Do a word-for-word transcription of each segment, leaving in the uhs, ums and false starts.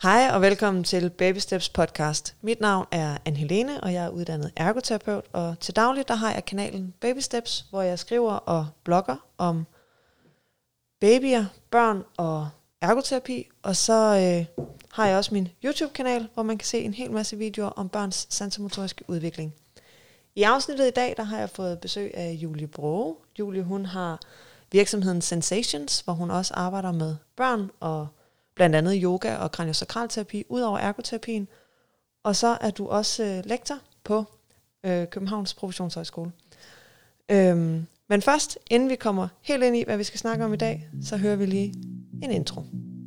Hej og velkommen til Baby Steps podcast. Mit navn er Anne-Helene, og jeg er uddannet ergoterapeut, og til daglig der har jeg kanalen Baby Steps, hvor jeg skriver og blogger om babyer, børn og ergoterapi, og så øh, har jeg også min YouTube-kanal, hvor man kan se en hel masse videoer om børns sansemotoriske udvikling. I afsnittet i dag, der har jeg fået besøg af Julie Broge. Julie, hun har virksomheden Sensations, hvor hun også arbejder med børn og blandt andet yoga og kraniosakralterapi, ud over ergoterapien. Og så er du også øh, lektor på øh, Københavns Professionshøjskole. Øhm, men først, inden vi kommer helt ind i, hvad vi skal snakke om i dag, så hører vi lige en intro.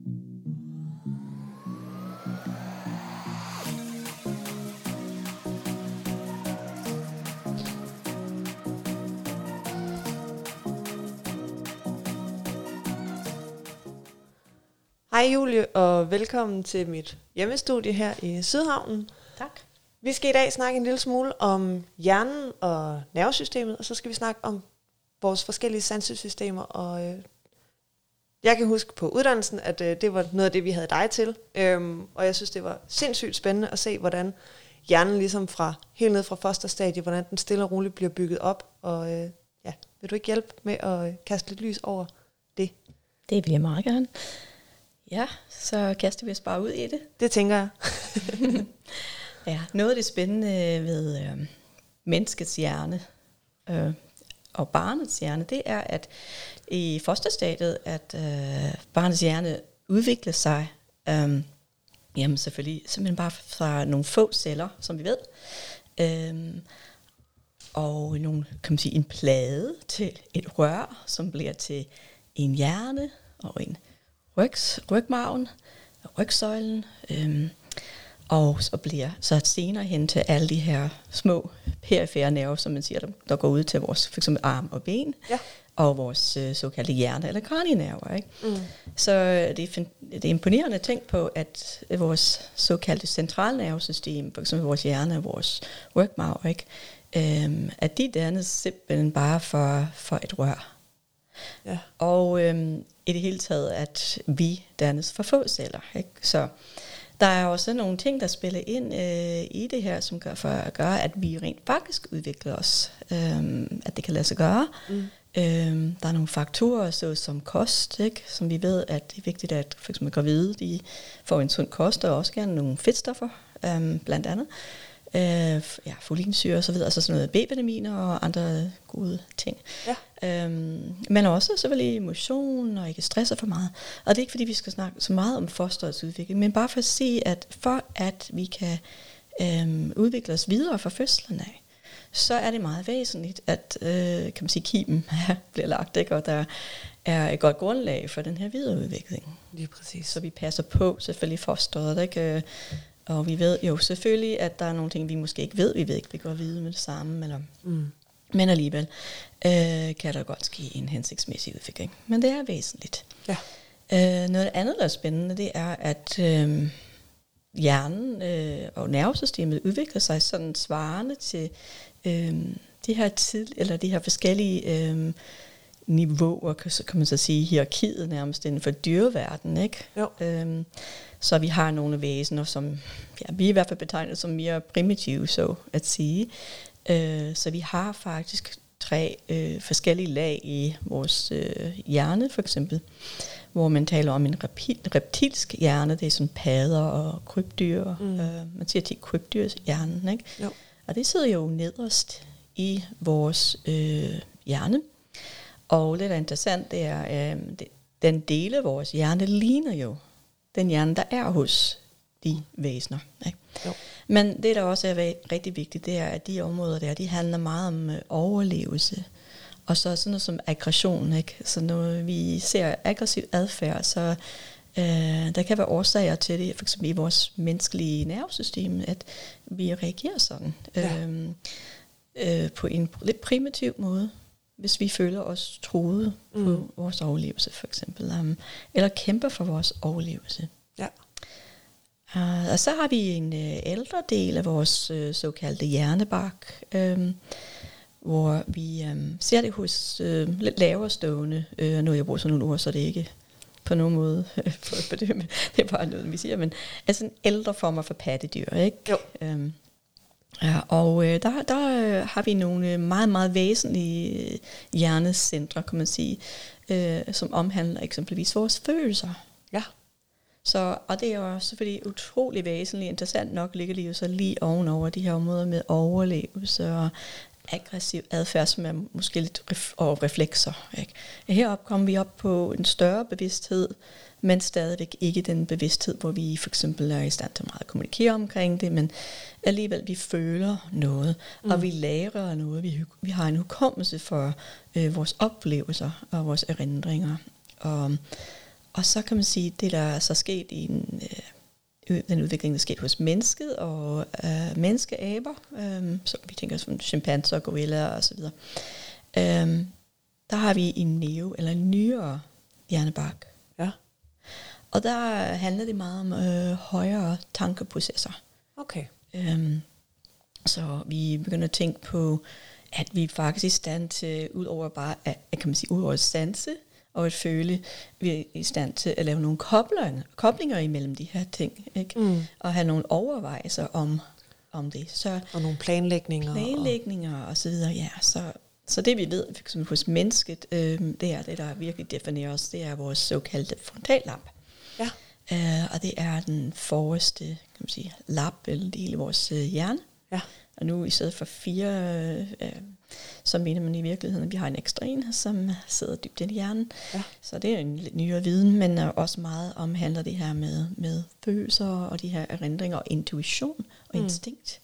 Hej Julie, og velkommen til mit hjemmestudie her i Sydhavnen. Tak. Vi skal i dag snakke en lille smule om hjernen og nervesystemet, og så skal vi snakke om vores forskellige sansesystemer. Og øh, jeg kan huske på uddannelsen, at øh, det var noget af det, vi havde dig til. Øhm, og jeg synes, det var sindssygt spændende at se, hvordan hjernen ligesom fra helt ned fra fosterstadie, hvordan den stille og roligt bliver bygget op. Og øh, ja, vil du ikke hjælpe med at øh, kaste lidt lys over det? Det vil jeg meget gerne. Ja, så kaster vi os bare ud i det. Det tænker jeg. Ja, noget af det spændende ved øh, menneskets hjerne øh, og barnets hjerne, det er, at i fosterstadiet, at øh, barnets hjerne udvikler sig, øh, jamen selvfølgelig simpelthen bare fra nogle få celler, som vi ved, øh, og nogle, kan man sige, en plade til et rør, som bliver til en hjerne og en Rygs, rygmarven, rygsøjlen, øhm, og så bliver så senere hen til alle de her små perifere nerver, som man siger, der, der går ud til vores for eksempel arm og ben, ja. Og vores øh, såkaldte hjerne- eller kranienerver. Ikke? Mm. Så det er, det er imponerende at tænke på, at vores såkaldte centralnervesystem, for eksempel vores hjerne og vores rygmarv, ikke? Øhm, at de dannes simpelthen bare for, for et rør. Ja. Og øhm, i det hele taget, at vi dannes for få celler. Ikke? Så der er også nogle ting, der spiller ind øh, i det her, som gør, for at gøre, at vi rent faktisk udvikler os. Øhm, at det kan lade sig gøre. Mm. Øhm, der er nogle faktorer, såsom kost, ikke? Som vi ved, at det er vigtigt, at for eksempel gravide, de får en sund kost, og også gerne nogle fedtstoffer, øhm, blandt andet. Øh, ja, folinsyre og så videre, altså sådan noget B-vitaminer og andre gode ting. Ja. Øhm, men også selvfølgelig emotion og ikke stresse for meget. Og det er ikke fordi, vi skal snakke så meget om fosterets udvikling, men bare for at sige, at for at vi kan øhm, udvikle os videre fra fødslen af, så er det meget væsentligt, at øh, kan man sige, kimen bliver lagt, ikke? Og der er et godt grundlag for den her videreudvikling. Lige præcis. Så vi passer på selvfølgelig fosteret, ikke? Og vi ved jo selvfølgelig, at der er nogle ting, vi måske ikke ved. Vi ved ikke, vi går videre med det samme. Eller, mm. Men alligevel øh, kan der godt ske en hensigtsmæssig udvikling. Men det er væsentligt. Ja. Øh, noget andet, der er spændende, det er, at øh, hjernen øh, og nervesystemet udvikler sig sådan svarende til øh, de her tid, eller de her forskellige øh, niveauer, kan, kan man så sige, hierarkiet nærmest inden for dyreverdenen, ikke? Jo. Øh, Så vi har nogle væsener, som ja, vi i hvert fald betegner som mere primitive, så at sige. Øh, så vi har faktisk tre øh, forskellige lag i vores øh, hjerne, for eksempel, hvor man taler om en reptil, reptilsk hjerne, det er sådan padder og krybdyr. Mm. Øh, man siger til krybdyrshjernen, ikke? Jo. Og det sidder jo nederst i vores øh, hjerne. Og lidt interessant, det er, øh, det, den del af vores hjerne ligner jo den hjerne, der er hos de væsener. Ikke? Men det, der også er rigtig vigtigt, det er, at de områder der, de handler meget om øh, overlevelse. Og så sådan noget som aggression. Ikke? Så når vi ser aggressiv adfærd, så øh, der kan være årsager til det, for eksempel i vores menneskelige nervesystem, at vi reagerer sådan. Ja. Øh, øh, på en lidt primitiv måde, hvis vi føler os truet mm. på vores overlevelse, for eksempel. Um, eller kæmper for vores overlevelse. Ja. Uh, og så har vi en uh, ældre del af vores uh, såkaldte hjernebark, um, hvor vi um, ser det hos uh, lidt lavere stående, uh, nu jeg bruger sådan nogle ord, så det ikke på nogen måde på, på det, men det er bare noget, vi siger, men altså en ældre former for pattedyr, ikke? Jo. Øhm, ja, og øh, der, der har vi nogle meget, meget væsentlige hjernecentre, kan man sige, øh, som omhandler eksempelvis vores følelser. Ja. Så, og det er jo selvfølgelig utrolig væsentligt. Interessant nok ligger det jo så lige ovenover de her områder med overlevelse og aggressiv adfærd, som er måske lidt ref- og reflekser. Ikke? Heroppe kommer vi op på en større bevidsthed, men stadigvæk ikke den bevidsthed, hvor vi for eksempel er i stand til meget at kommunikere omkring det, men alligevel vi føler noget, mm. og vi lærer noget. Vi, vi har en hukommelse for øh, vores oplevelser og vores erindringer. Og, og så kan man sige, det der er så sket i en... Øh, den udvikling, der er sket hos mennesket og øh, menneskeaber, øh, så vi tænker som chimpanser, gorilla og så videre. Øh, der har vi en neo, eller en nyere hjernebark. Ja. Og der handler det meget om øh, højere tankeprocesser. Okay. Øh, så vi begynder at tænke på, at vi faktisk er i stand til, ud over bare, at, kan man sige, ud over at sanse, og at føle, vi er i stand til at lave nogle koblinger, koblinger imellem de her ting, ikke? Mm. Og have nogle overvejelser om, om det. Så og nogle planlægninger. Planlægninger og, og så videre, ja. Så, så det vi ved, for eksempel hos mennesket, øh, det er det, der virkelig definerer os, det er vores såkaldte frontallap. Ja. Øh, og det er den forreste, kan man sige, lap, eller del i vores øh, hjerne. Ja. Og nu i stedet for fire... Øh, så mener man i virkeligheden, at vi har en ekstra en, som sidder dybt ind i hjernen. Ja. Så det er en lidt nyere viden, men også meget omhandler det her med, med følelser og de her erindringer og intuition og mm. instinkt.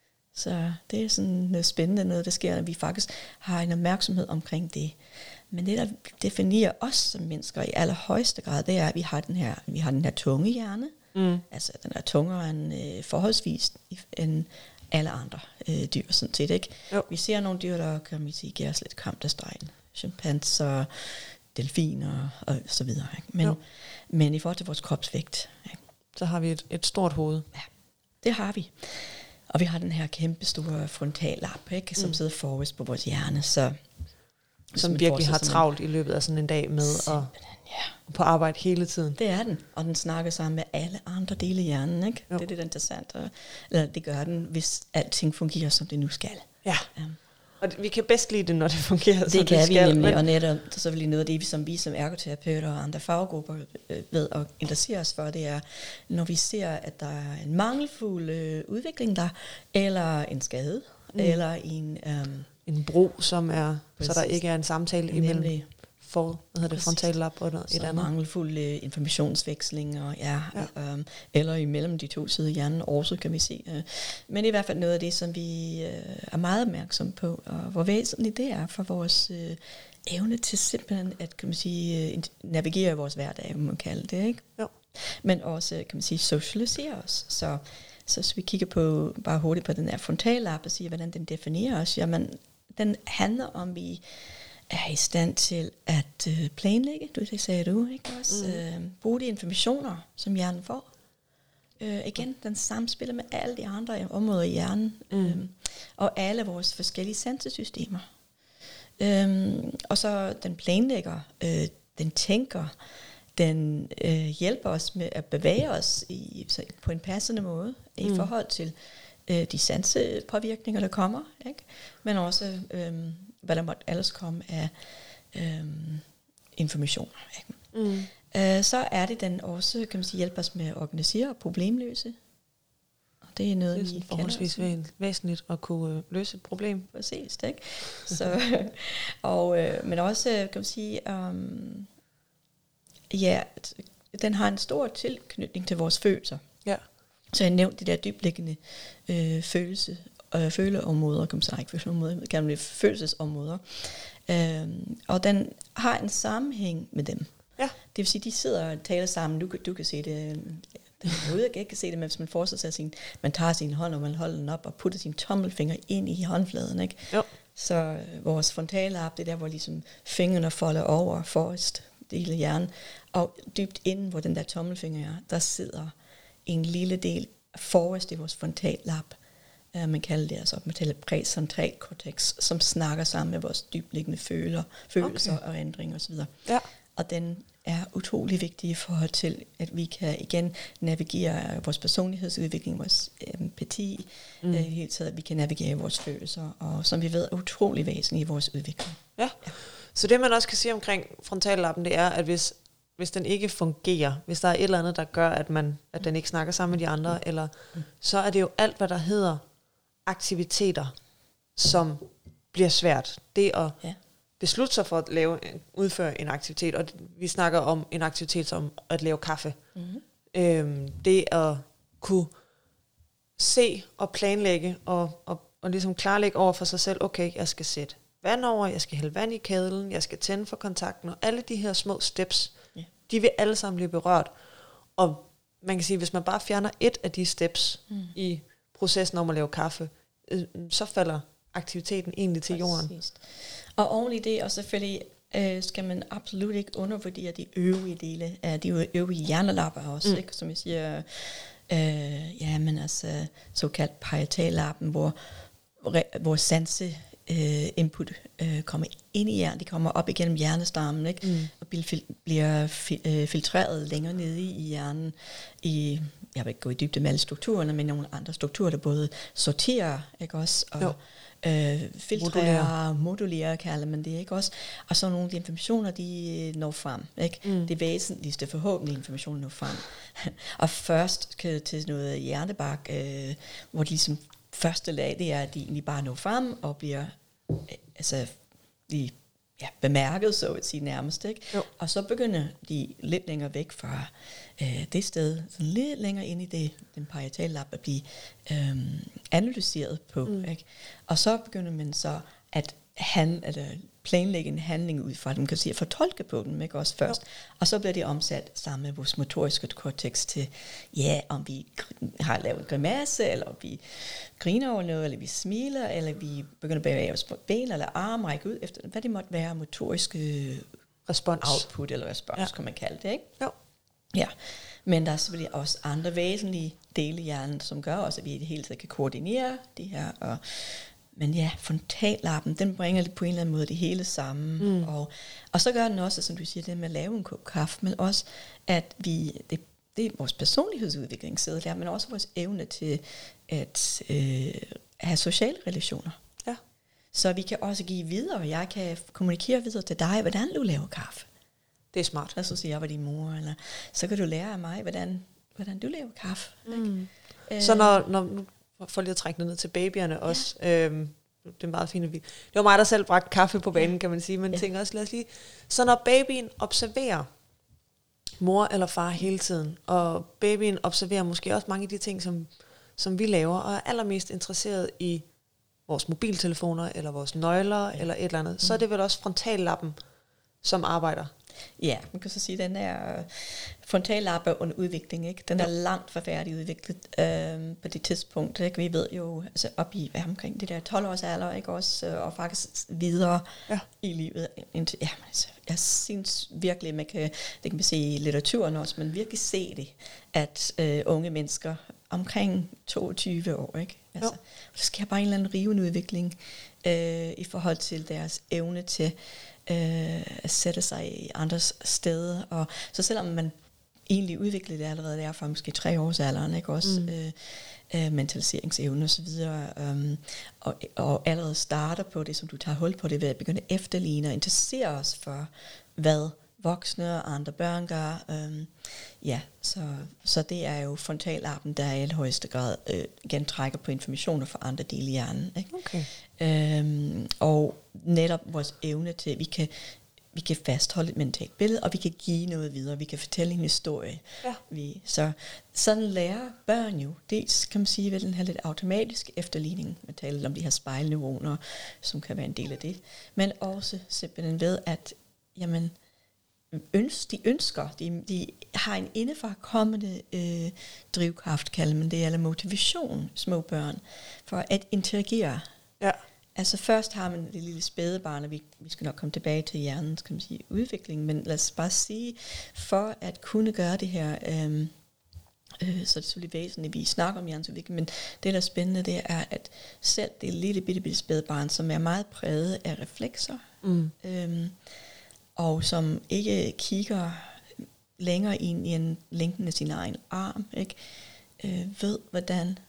Så det er sådan noget spændende noget, der sker, at vi faktisk har en opmærksomhed omkring det. Men det, der definerer os som mennesker i allerhøjeste grad, det er, at vi har den her, vi har den her tunge hjerne. Mm. Altså den er tungere end øh, forholdsvis en alle andre øh, dyr, sådan set, ikke? Jo. Vi ser nogle dyr, der kan man sige, giver os lidt kamp af stregen. Chimpanser, delfiner og så videre, ikke? Men, men i forhold til vores kropsvægt, ikke? Så har vi et, et stort hoved. Ja, det har vi. Og vi har den her kæmpe store frontallap, ikke? Som mm. sidder forrest på vores hjerne, så som virkelig har travlt i løbet af sådan en dag med at ja. på arbejde hele tiden. Det er den, og den snakker sammen med alle andre dele af hjernen, ikke? Jo. Det er det, der er interessant. Og, eller det gør den, hvis alting fungerer, som det nu skal. Ja, ja. Og vi kan bedst lide det, når det fungerer, det som det skal. Det kan vi nemlig, men... og netop så vil noget af det, som vi som ergoterapeuter og andre faggrupper øh, ved at interessere os for, det er, når vi ser, at der er en mangelfuld øh, udvikling der, eller en skade, mm. eller en... Øh, en bro, som er, præcis. Så der ikke er en samtale imellem for, hvad hedder det, frontallap og noget, et andet. Mangelfuld uh, informationsveksling, og ja, ja. Um, eller imellem de to sider af hjernen også, kan vi se. Uh, men i hvert fald noget af det, som vi uh, er meget opmærksom på, og hvor væsentligt det er for vores uh, evne til simpelthen at, kan man sige, uh, navigere i vores hverdag, må man kalde det, ikke? Jo. Men også, kan man sige, socialisere os. Så, så hvis vi kigger på, bare hurtigt på den her frontallap og siger, hvordan den definerer os, jamen, den handler om, vi er i stand til at øh, planlægge, du, det sagde du, ikke også? Mm. Øh, bruge de informationer, som hjernen får. Øh, igen, den samspiller med alle de andre områder i hjernen, mm. øh, og alle vores forskellige sansesystemer. Øh, og så den planlægger, øh, den tænker, den øh, hjælper os med at bevæge os i, så, på en passende måde, mm. i forhold til øh, de sansepåvirkninger, der kommer, ikke? Men også... Øh, hvad der måtte ellers komme af øhm, informationer. Ikke? Mm. Øh, så er det den også, kan man sige, hjælper os med at organisere og problemløse. Og det er noget, det er vi forholdsvis væsentligt at kunne øh, løse et problem. Præcis, ikke? Så, og, øh, men også, kan man sige, um, ja, den har en stor tilknytning til vores følelser. Ja. Så jeg nævnte de der dybliggende øh, følelse Øh, føleområder, kan man sige, ikke føleområder, kan man følelsesområder. Øhm, og den har en sammenhæng med dem. Ja. Det vil sige, de sidder og taler sammen. Du, du kan se det, den ude kan ikke se det, men hvis man forestiller sig, sin, man tager sin hånd, og man holder den op og putter sin tommelfinger ind i håndfladen, ikke? Jo. Så øh, vores frontallap, det er der, hvor ligesom fingrene folder over forrest del af hjernen, og dybt inden, hvor den der tommelfinger er, der sidder en lille del forrest i vores frontallap. Uh, man kalder det altså med præcentralkortex, som snakker sammen med vores dybliggende føler, følelser okay. og ændringer osv. Ja. og den er utrolig vigtig i forhold til, at vi kan igen navigere vores personlighedsudvikling, vores empati, mm. øh, i hele taget, at vi kan navigere vores følelser, og som vi ved er utrolig væsentligt i vores udvikling. Ja. ja, så det man også kan sige omkring frontallappen, det er, at hvis, hvis den ikke fungerer, hvis der er et eller andet, der gør, at, man, at den ikke snakker sammen med de andre, mm. eller, mm. så er det jo alt, hvad der hedder aktiviteter, som bliver svært. Det at ja. beslutte sig for at lave, udføre en aktivitet, og vi snakker om en aktivitet som at lave kaffe. Mm-hmm. Øhm, det at kunne se og planlægge og, og, og ligesom klarlægge over for sig selv, okay, jeg skal sætte vand over, jeg skal hælde vand i kedlen, jeg skal tænde for kontakten, og alle de her små steps, yeah. de vil alle sammen blive berørt. Og man kan sige, hvis man bare fjerner et af de steps mm. i processen om at lave kaffe, øh, så falder aktiviteten egentlig til jorden. Præcis. Og oven i det, og selvfølgelig øh, skal man absolut ikke undervurdere de øvrige dele af de øvrige hjernelapper også, mm. ikke? Som jeg siger, øh, ja, men altså såkaldt parietallarpen, hvor, hvor sanse øh, input øh, kommer ind i hjernen, de kommer op igennem hjernestammen, ikke? Mm. Og bliver fi, øh, filtreret længere nede i hjernen i, jeg vil ikke gå i dybde med alle strukturerne, men nogle andre strukturer, der både sorterer, ikke også, og jo. Øh, filtrere, modulere kalder man det, ikke også? Og så nogle af de informationer, de når frem, ikke? Mm. Det væsentligste forhåbentlig informationer når frem. Og først kan til noget hjernebark, øh, hvor det ligesom første lag, det er, at de egentlig bare når frem og bliver øh, altså de ja, bemærket, så at sige nærmest, ikke? Jo. Og så begynder de lidt længere væk fra øh, det sted, sådan lidt længere ind i det, den parietallap, at blive øh, analyseret på, mm. ikke? Og så begynder man så at han, eller planlægge en handling ud fra, at man kan sige, at fortolke på dem, ikke også først. Jo. Og så bliver det omsat sammen med vores motoriske kortex til, ja, om vi har lavet en grimasse, eller om vi griner over noget, eller vi smiler, eller vi begynder at bevæge os på ben eller arm, række ud efter, hvad det måtte være, motoriske respons. Output eller respons, ja. Kan man kalde det, ikke? Jo. Ja, men der er selvfølgelig også andre væsentlige dele i hjernen, som gør også, at vi i det hele taget kan koordinere de her, og men ja, frontallappen, den bringer på en eller anden måde det hele sammen. Mm. Og, og så gør den også, som du siger, det med at lave en kop kaffe, men også, at vi, det, det er vores personlighedsudvikling sidder der, men også vores evne til at øh, have sociale relationer. Ja. Så vi kan også give videre, jeg kan kommunikere videre til dig, hvordan du laver kaffe. Det er smart. Og så siger jeg, var din mor, eller så kan du lære af mig, hvordan, hvordan du laver kaffe. Mm. Øh, så når, når for lige at trække ned til babyerne også. Ja. Øhm, det er meget fint. Det var mig, der selv bragte kaffe på banen, kan man sige. Men ja. tænker også, lad os lige. Så når babyen observerer mor eller far hele tiden, og babyen observerer måske også mange af de ting, som, som vi laver, og er allermest interesseret i vores mobiltelefoner, eller vores nøgler, ja. eller et eller andet, mm. så er det vel også frontallappen, som arbejder. Ja, man kan så sige, at den er frontallappe under udvikling, ikke? Den er ja. langt fra færdig udviklet øh, på det tidspunkt, ikke? Vi ved jo, altså op i, hvad omkring det der tolv års alder, ikke også, og faktisk videre ja. i livet. Ja, altså, jeg synes virkelig, man kan, det kan man se i litteraturen også, men virkelig se det, at øh, unge mennesker omkring toogtyve år, ikke? Altså, der sker bare en eller anden rivende udvikling øh, i forhold til deres evne til Øh, at sætte sig i andres steder, og så selvom man egentlig udviklede det allerede der fra måske tre års alderen, ikke også, mm. øh, øh, mentaliseringsevne og så videre, um, og, og allerede starter på det, som du tager hul på det, ved at begynde at efterligne og interessere os for, hvad voksne og andre børn gør. Um, ja, så, så det er jo frontallappen, der i højeste grad øh, gentrækker på informationer fra andre dele i hjernen. Ikke? Okay. Um, og netop vores evne til, at vi kan, vi kan fastholde et mentalt billede, og vi kan give noget videre, vi kan fortælle en historie. Ja. Vi, så sådan lærer børn jo, dels kan man sige ved den her lidt automatiske efterligning, man taler om de her spejlneuroner, som kan være en del af det, men også simpelthen ved, at jamen, øns, de ønsker, de, de har en indefra kommende øh, drivkraft, kalder man det, eller motivation, små børn, for at interagere. Ja. Altså først har man det lille spædebarn, og vi, vi skal nok komme tilbage til hjernens, kan man sige, udvikling, men lad os bare sige, for at kunne gøre det her, øh, øh, så er det selvfølgelig væsentligt, at vi snakker om hjernens udvikling, men det, der er spændende, det er, at selv det lille bitte, bitte spædebarn, som er meget præget af reflekser, mm. øh, og som ikke kigger længere ind i en længden af sin egen arm, ikke? Øh, ved, hvordan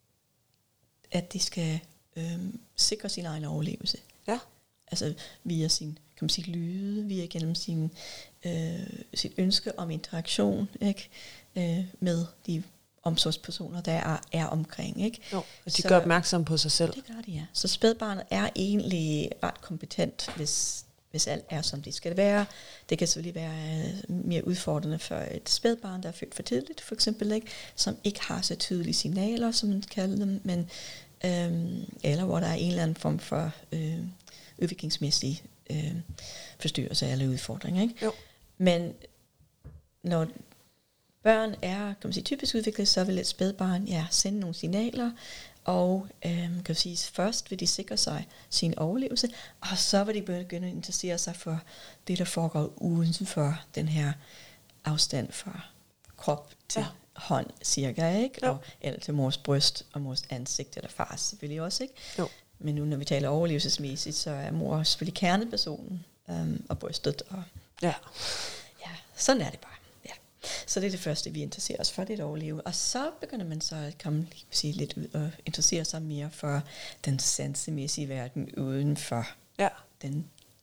at de skal øh, sikre sin egen overlevelse. Ja. Altså via sin, kan man sige, lyde, via gennem sin, øh, sit ønske om interaktion, ikke? Øh, med de omsorgspersoner, der er, er omkring. Ikke? Jo, og de så, gør opmærksom på sig selv. Det gør de, ja. Så spædbarnet er egentlig ret kompetent, hvis, hvis alt er, som det skal være. Det kan selvfølgelig være mere udfordrende for et spædbarn, der er født for tidligt, for eksempel, ikke? Som ikke har så tydelige signaler, som man kalder dem, men, øhm, eller hvor der er en eller anden form for øh, udviklingsmæssig øh, forstyrrelse eller udfordring. Ikke? Jo. Men når børn er, kan man sige, typisk udviklet, så vil et spædbarn ja, sende nogle signaler, og øhm, kan sige, først vil de sikre sig sin overlevelse, og så vil de begynde at interessere sig for det, der foregår uden for den her afstand fra krop til ja. hånd, cirka, ikke? Og, eller til mors bryst og mors ansigt, eller fars selvfølgelig også, ikke? Jo. Men nu, når vi taler overlevelsesmæssigt, så er mor selvfølgelig kernepersonen, øhm, og brystet, og ja. ja, sådan er det bare. Så det er det første, vi interesserer os for, det er at overleve. Og så begynder man så at komme sige, lidt ud og interessere sig mere for den sansemæssige verden uden for ja. den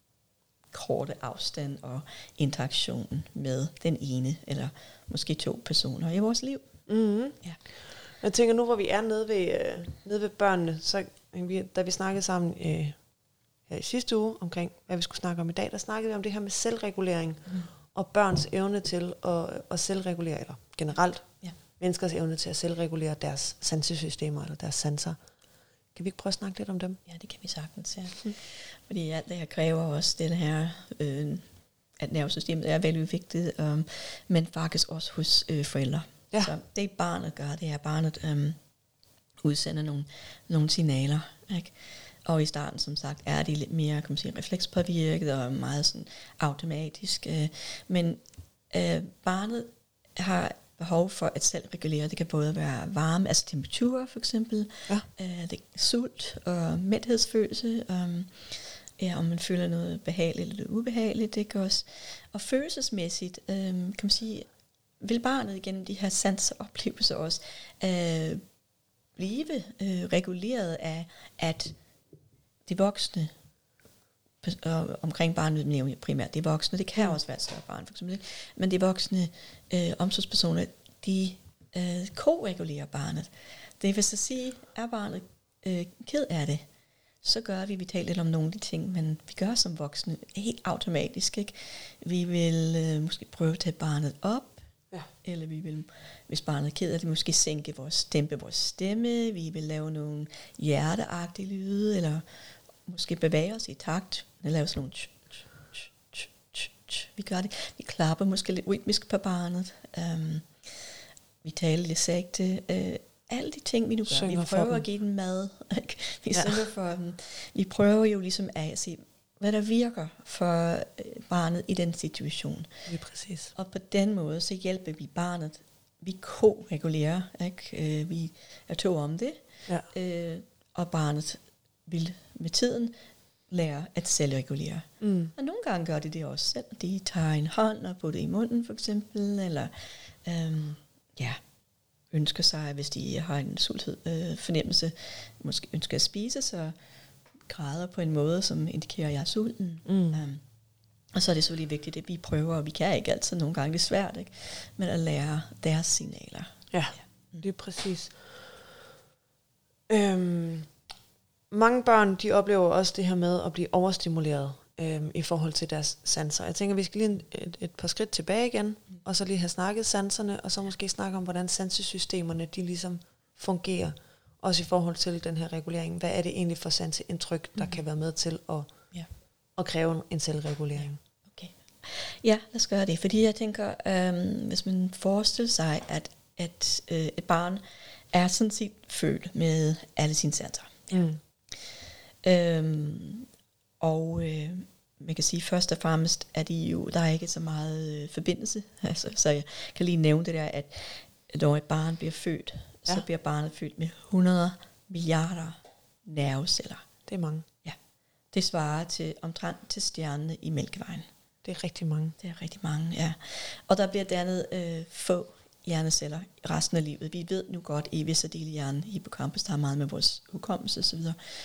korte afstand og interaktionen med den ene eller måske to personer i vores liv. Mm-hmm. Ja. Jeg tænker nu, hvor vi er nede ved, øh, nede ved børnene, så da vi snakkede sammen øh, her i sidste uge omkring, hvad vi skulle snakke om i dag, der snakkede vi om det her med selvregulering. Mm. Og børns evne til at, at selvregulere, eller generelt ja. menneskers evne til at selvregulere deres sansesystemer, eller deres sanser. Kan vi ikke prøve at snakke lidt om dem? Ja, det kan vi sagtens, ja. Mm. Fordi alt det her kræver også den her, øh, at nervesystemet er veludviklet, øh, men faktisk også hos øh, forældre. Ja. Så det barnet gør, det er, at barnet øh, udsender nogle, nogle signaler, ikke? Og i starten, som sagt, er de lidt mere, kan man sige, reflekspåvirket og meget sådan automatisk. Øh, men øh, barnet har behov for at selv regulere. Det kan både være varme, altså temperatur for eksempel, ja. øh, det er sult og mæthedsfølelse, øh, ja, om man føler noget behageligt eller ubehageligt. Det også. Og følelsesmæssigt, øh, kan man sige, vil barnet gennem de her sanseoplevelser også øh, blive øh, reguleret af, at de voksne og omkring barnet nævner primært de voksne, det kan også være et større barn for eksempel, men de voksne øh, omsorgspersoner, de øh, ko-regulerer barnet. Det vil så sige, er barnet øh, ked af det, så gør vi, vi taler lidt om nogle af de ting, men vi gør som voksne helt automatisk, ikke? Vi vil øh, måske prøve at tage barnet op, ja. Eller vi vil, hvis barnet er ked af det, måske sænke vores, dæmpe vores stemme, vi vil lave nogle hjerteagtige lyde, eller måske bevæge os i takt, eller lave sådan nogle tj, tj, tj, tj, tj. Vi gør det. Vi klapper måske lidt rytmisk på barnet. Um, vi taler lidt sagte. Uh, alle de ting, vi nu gør. Synger vi prøver at give dem mad. vi ja. synger for dem. Vi prøver jo ligesom at se, hvad der virker for barnet i den situation. Ja, præcis. Og på den måde, så hjælper vi barnet. Vi ko-regulerer, ikke? Uh, vi er to om det. Ja. Uh, og barnet vil med tiden lære at selvregulere. Mm. Og nogle gange gør de det også selv. De tager en hånd og putter i munden for eksempel, eller øhm, ja, ønsker sig, hvis de har en sulthed øh, fornemmelse, måske ønsker at spise, så græder på en måde, som indikerer, at jeg er sulten. Mm. Um, og så er det selvfølgelig vigtigt, at vi prøver, og vi kan ikke altid, nogle gange det er svært, ikke? Men at lære deres signaler. Ja, ja. Mm. Det er præcis. Øhm Mange børn, de oplever også det her med at blive overstimuleret øhm, i forhold til deres sanser. Jeg tænker, vi skal lige et, et par skridt tilbage igen, mm. og så lige have snakket sanserne, og så måske snakke om, hvordan sansesystemerne, de ligesom fungerer, også i forhold til den her regulering. Hvad er det egentlig for sanseindtryk, der mm. kan være med til at, yeah. at kræve en selvregulering? Okay. Ja, lad os gøre det, fordi jeg tænker, øhm, hvis man forestiller sig, at, at øh, et barn er sådan set født med alle sine sanser. Mm. Øhm, og øh, man kan sige først og fremmest at de jo, der er ikke så meget øh, forbindelse, altså, så jeg kan lige nævne det der, at når et barn bliver født, ja. så bliver barnet født med hundrede milliarder nerveceller. Det er mange. Ja, det svarer til omtrent til stjernene i Mælkevejen. Det er rigtig mange. Det er rigtig mange, ja. Og der bliver dannet øh, få hjerneceller resten af livet. Vi ved nu godt, i visse dele af hjernen, hippocampus, der har meget med vores hukommelse osv.,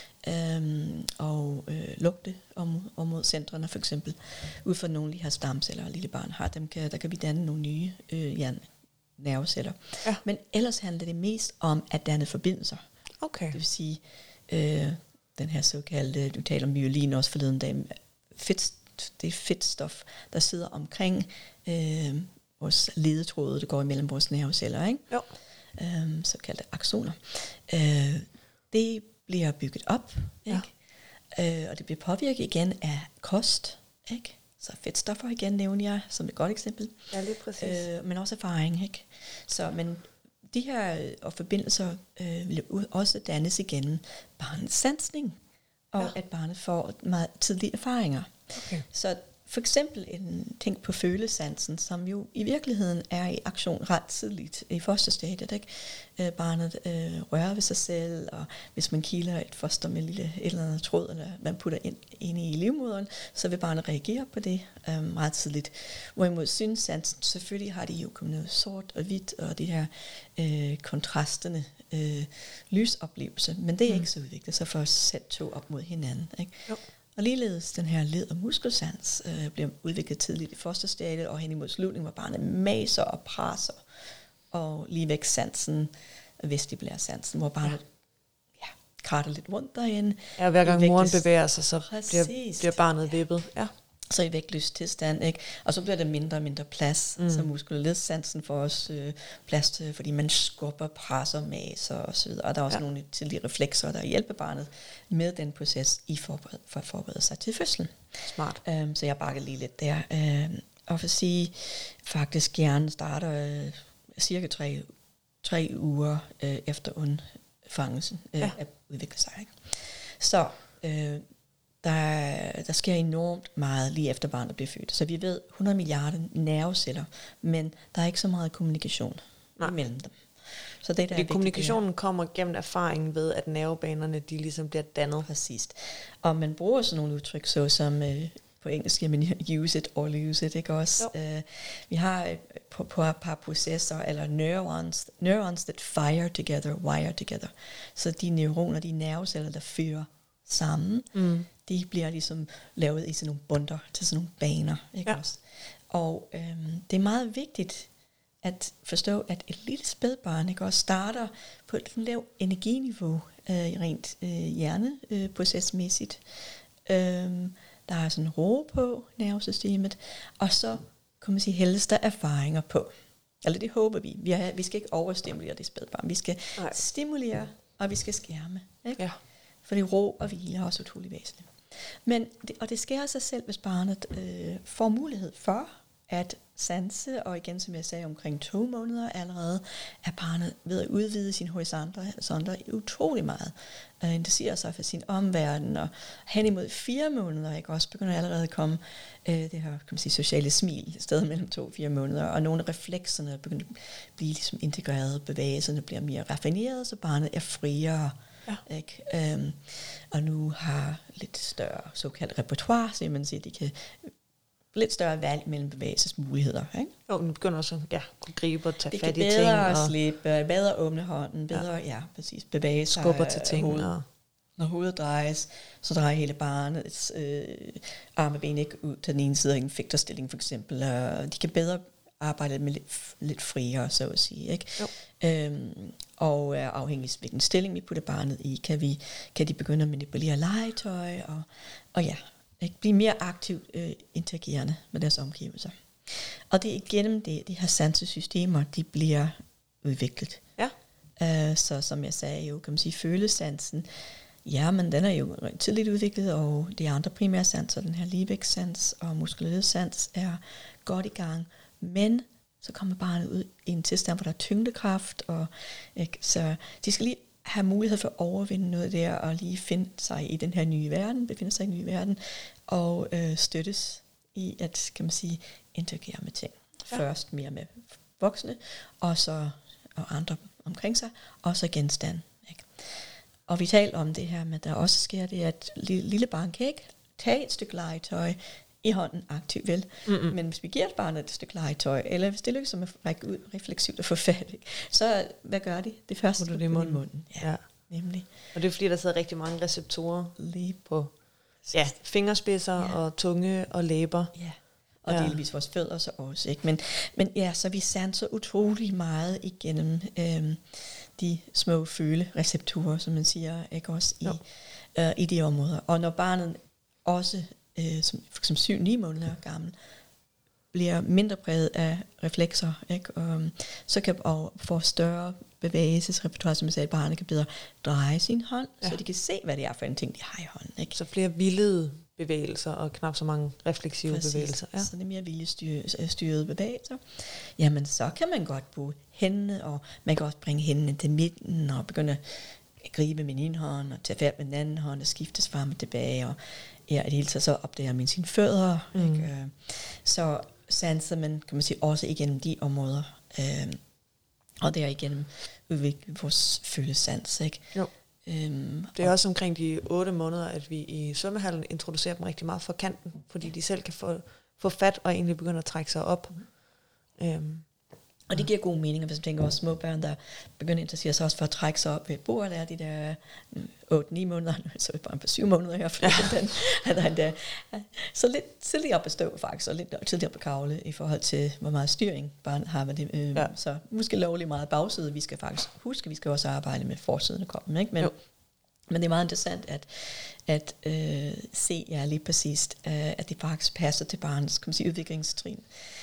øhm, og øh, lugte om, om mod centrene for eksempel. Ud fra nogle lige har stamceller, og lille barn har dem, kan, der kan vi danne nogle nye øh, hjerne, nerveceller. Ja. Men ellers handler det mest om at danne forbindelser. Okay. Det vil sige, øh, den her såkaldte, du taler om myelin også forleden dag, fedt, det er fedtstof, der sidder omkring øh, vores ledetråde, der går imellem vores nerveceller, ikke? Jo. Øhm, såkaldte aksoner. Øh, det bliver bygget op, ikke? Ja. Øh, og det bliver påvirket igen af kost, ikke? Så fedtstoffer igen nævner jeg som et godt eksempel. Ja, lige præcis. Øh, men også erfaring, ikke? Så, men de her og forbindelser øh, vil også dannes igennem barnets sansning, og ja. At barnet får meget tidlige erfaringer. Okay. Så for eksempel en ting på følesansen, som jo i virkeligheden er i aktion ret tidligt i fosterstadiet, ikke? Øh, barnet øh, rører ved sig selv, og hvis man kiler et foster med lille et eller andet tråd, eller man putter ind, ind i livmoderen, så vil barnet reagere på det øh, meget tidligt. Hvorimod synssansen, selvfølgelig har de jo kommet noget sort og hvidt, og de her øh, kontrastende øh, lysoplevelse, men det er mm. ikke så udviklet, så for at sætte to op mod hinanden, ikke? Jo. Og ligeledes den her led- og muskelsans øh, bliver udviklet tidligt i fosterstadiet, og hen imod slutningen, hvor barnet maser og presser, og lige væk sansen, vestibulærsansen, hvor barnet ja. Ja, kratter lidt rundt derinde. Ja, hver gang moren bevæger sig, så bliver, bliver barnet ja. vippet. Ja. Så i vægtløs tilstand, ikke? Og så bliver der mindre og mindre plads, mm. så muskel- og ledsansen får også øh, plads til, fordi man skubber, presser, maser og så videre. Og der er også ja. Nogle tidlige reflekser, der hjælper barnet med den proces i forbered- for at forberede sig til fødslen. Smart. Um, så jeg bakker lige lidt der. Um, og for at sige, faktisk hjernen starter uh, cirka tre, tre uger uh, efter undfangelsen uh, ja. At udvikle sig. Ikke? Så uh, Der, der sker enormt meget lige efter barnet bliver født. Så vi ved hundrede milliarder nerveceller, men der er ikke så meget kommunikation Nej. Imellem dem. Så det, der er kommunikationen kommer gennem erfaringen ved, at nervebanerne de ligesom bliver dannet. Præcis. Og man bruger sådan nogle udtryk, så som øh, på engelsk, jamen use it or lose it, ikke også? Øh, vi har øh, på, på et par processer, eller neurons, neurons that fire together, wire together. Så de neuroner, de nerveceller, der fyrer sammen, mm. de bliver ligesom lavet i sådan nogle bunder, til sådan nogle baner, ikke ja. Også? Og øhm, det er meget vigtigt at forstå, at et lille spædbarn ikke også starter på et lavt energiniveau, øh, rent øh, hjerneprocesmæssigt. Øh, øhm, der er sådan ro på nervesystemet, og så kan man sige, hældes der erfaringer på. Eller det håber vi. Vi, er, vi skal ikke overstimulere det spædbarn. Vi skal Nej. Stimulere, og vi skal skærme. Ikke? Ja. Fordi ro og hvile er også utrolig væsentligt. Men det, og det sker af sig selv, hvis barnet øh, får mulighed for at sanse, og igen som jeg sagde, omkring to måneder allerede, er barnet ved at udvide sine horisonter utrolig meget. Uh, interesserer sig for sin omverden, og hen imod fire måneder, ikke, også begynder allerede at komme uh, det her kan man sige, sociale smil, et sted mellem to og fire måneder, og nogle af reflekserne begynder at blive ligesom integreret, bevægelserne bliver mere raffineret, så barnet er friere. Ja. Ikke? Um, og nu har lidt større såkaldt repertoire, så man siger, de kan lidt større valg mellem bevægelsesmuligheder. Ikke? Jo, den begynder også at ja, kunne gribe og tage det fat i ting. Det kan bedre at slippe, bedre åbne hånden, bedre, ja, ja præcis, bevæge sig. Skubber til ting. Hoved. Og når hovedet drejes, så drejer hele barnets øh, arme og ben ikke ud til den ene side af en fægterstilling for eksempel. Og de kan bedre arbejde med lidt, lidt friere, så at sige. Ikke? Øhm, og er afhængig af hvilken stilling vi putter barnet i, kan, vi, kan de begynde at manipulere legetøj, og, og ja, ikke? Blive mere aktivt øh, interagerende med deres omgivelser. Og det er gennem det, de her sansesystemer, de bliver udviklet. Ja. Uh, så som jeg sagde jo, kan man sige, følesansen, ja, men den er jo tidligt udviklet, og de andre primære sanser, den her ligevægtssans og muskulødssans, er godt i gang. Men så kommer barnet ud i en tilstand, hvor der er tyngdekraft, og ikke? Så de skal lige have mulighed for at overvinde noget der, og lige finde sig i den her nye verden, befinde sig i en ny verden, og øh, støttes i at, kan man sige, interagere med ting. Ja. Først mere med voksne, og så og andre omkring sig, og så genstand. Ikke? Og vi taler om det her med, der også sker det, at lille barn kan ikke tage et stykke legetøj i hånden aktivt, vel? Mm-hmm. Men hvis vi giver barnet et stykke legetøj, eller hvis det lykkes som at række ud refleksivt og få fat, ikke? Så hvad gør de? Det første det i munden. munden. Ja, ja, nemlig. Og det er fordi, der sidder rigtig mange receptorer lige på ja, fingerspidser ja. og tunge og læber. Ja, og ja. delvis vores fødder så også. Ikke? Men, men ja, så vi sanser utrolig meget igennem øhm, de små følereceptorer, som man siger, ikke også i, øh, i de områder. Og når barnet også, øh, som, som syv ni måneder gammel, bliver mindre præget af reflekser, ikke? Og, så kan og få større bevægelsesrepertoire, som jeg sagde, at barnet kan bedre dreje sin hånd, ja. så de kan se, hvad det er for en ting, de har i hånden. Ikke? Så flere vildede bevægelser, og knap så mange refleksive Præcis. bevægelser. Ja. Så det er mere viljestyrede bevægelser. Jamen, så kan man godt bruge hændene, og man kan også bringe hændene til midten, og begynde at gribe med den ene hånd, og tage fat med den anden hånd, og skiftes frem og tilbage, og ja, i det hele taget så opdager man sine fødder. Mm. Ikke? Så sanser man, kan man sige, også igennem de områder, øh, og det er igennem udvikle vores følesans, ikke? Jo. Øhm, det er også omkring de otte måneder, at vi i svømmehallen introducerer dem rigtig meget for kanten, fordi de selv kan få, få fat og egentlig begynde at trække sig op. Mm. Øhm. Og det giver god mening, hvis man tænker også små børn, der begynder at interessere sig også for at trække sig op ved et bord, der er de der otte ni måneder, så er det bare på syv måneder her, for ja. den, han der, så lidt tidligere op at stå faktisk, og lidt tidligere op at kravle i forhold til, hvor meget styring barnet har med det. Øh, ja. Så måske lovlig meget bagside, vi skal faktisk huske, vi skal også arbejde med forsiden af kroppen, ikke? Men, men det er meget interessant at, at øh, se ja, lige præcis, øh, at det faktisk passer til barnets, kan man sige, udviklingstrin.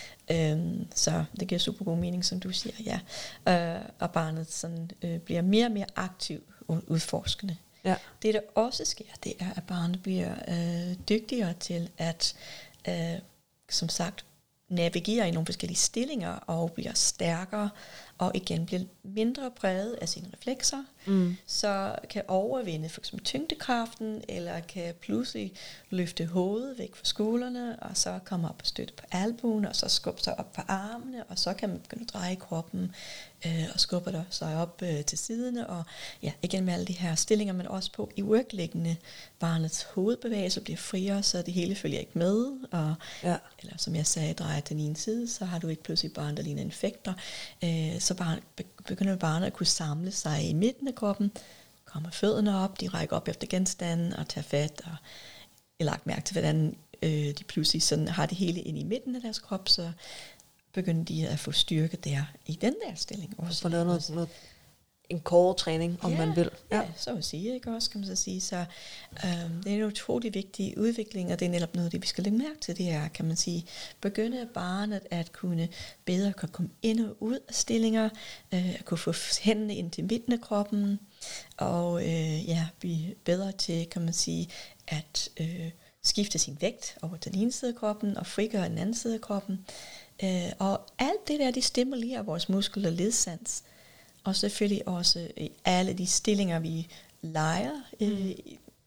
Øhm, så det giver super god mening, som du siger, ja. Øh, og barnet sådan, øh, bliver mere og mere aktiv og udforskende. Ja. Det, der også sker, det er, at barnet bliver øh, dygtigere til at, øh, som sagt, navigere i nogle forskellige stillinger, og bliver stærkere, og igen bliver mindre præget af sine reflekser, mm. så kan overvinde for eksempel tyngdekraften, eller kan pludselig løfte hovedet væk fra skuldrene, og så komme op og støtte på albuen, og så skubbe sig op på armene, og så kan man begynde at dreje kroppen, øh, og skubbe der sig op øh, til siderne, og ja, igen med alle de her stillinger, men også på i workliggende, barnets hovedbevægelser bliver friere, så det hele følger ikke med, og, ja. eller som jeg sagde, drejer til den ene side, så har du ikke pludselig barn, der ligner en fægter, øh, så barn, begynder barnet at kunne samle sig i midten af kroppen, kommer fødderne op, de rækker op efter genstanden og tager fat, og jeg har lagt mærke til, hvordan øh, de pludselig sådan har det hele inde i midten af deres krop, så begynder de at få styrke der i den der stilling. Også for noget, noget, en core-træning, om ja, man vil. Ja, ja, så at sige, ikke også, kan man så sige. Så øh, det er en utrolig vigtig udvikling, og det er netop noget, det vi skal lægge mærke til, det er, kan man sige, begynde barnet at kunne bedre kan komme ind og ud af stillinger, øh, at kunne få hændene ind til midten af kroppen, og øh, ja, blive bedre til, kan man sige, at øh, skifte sin vægt over til den ene side af kroppen, og frigøre den anden side af kroppen. Øh, og alt det der, det stimulerer vores muskel- og ledsans, og selvfølgelig også i alle de stillinger, vi leger øh, mm.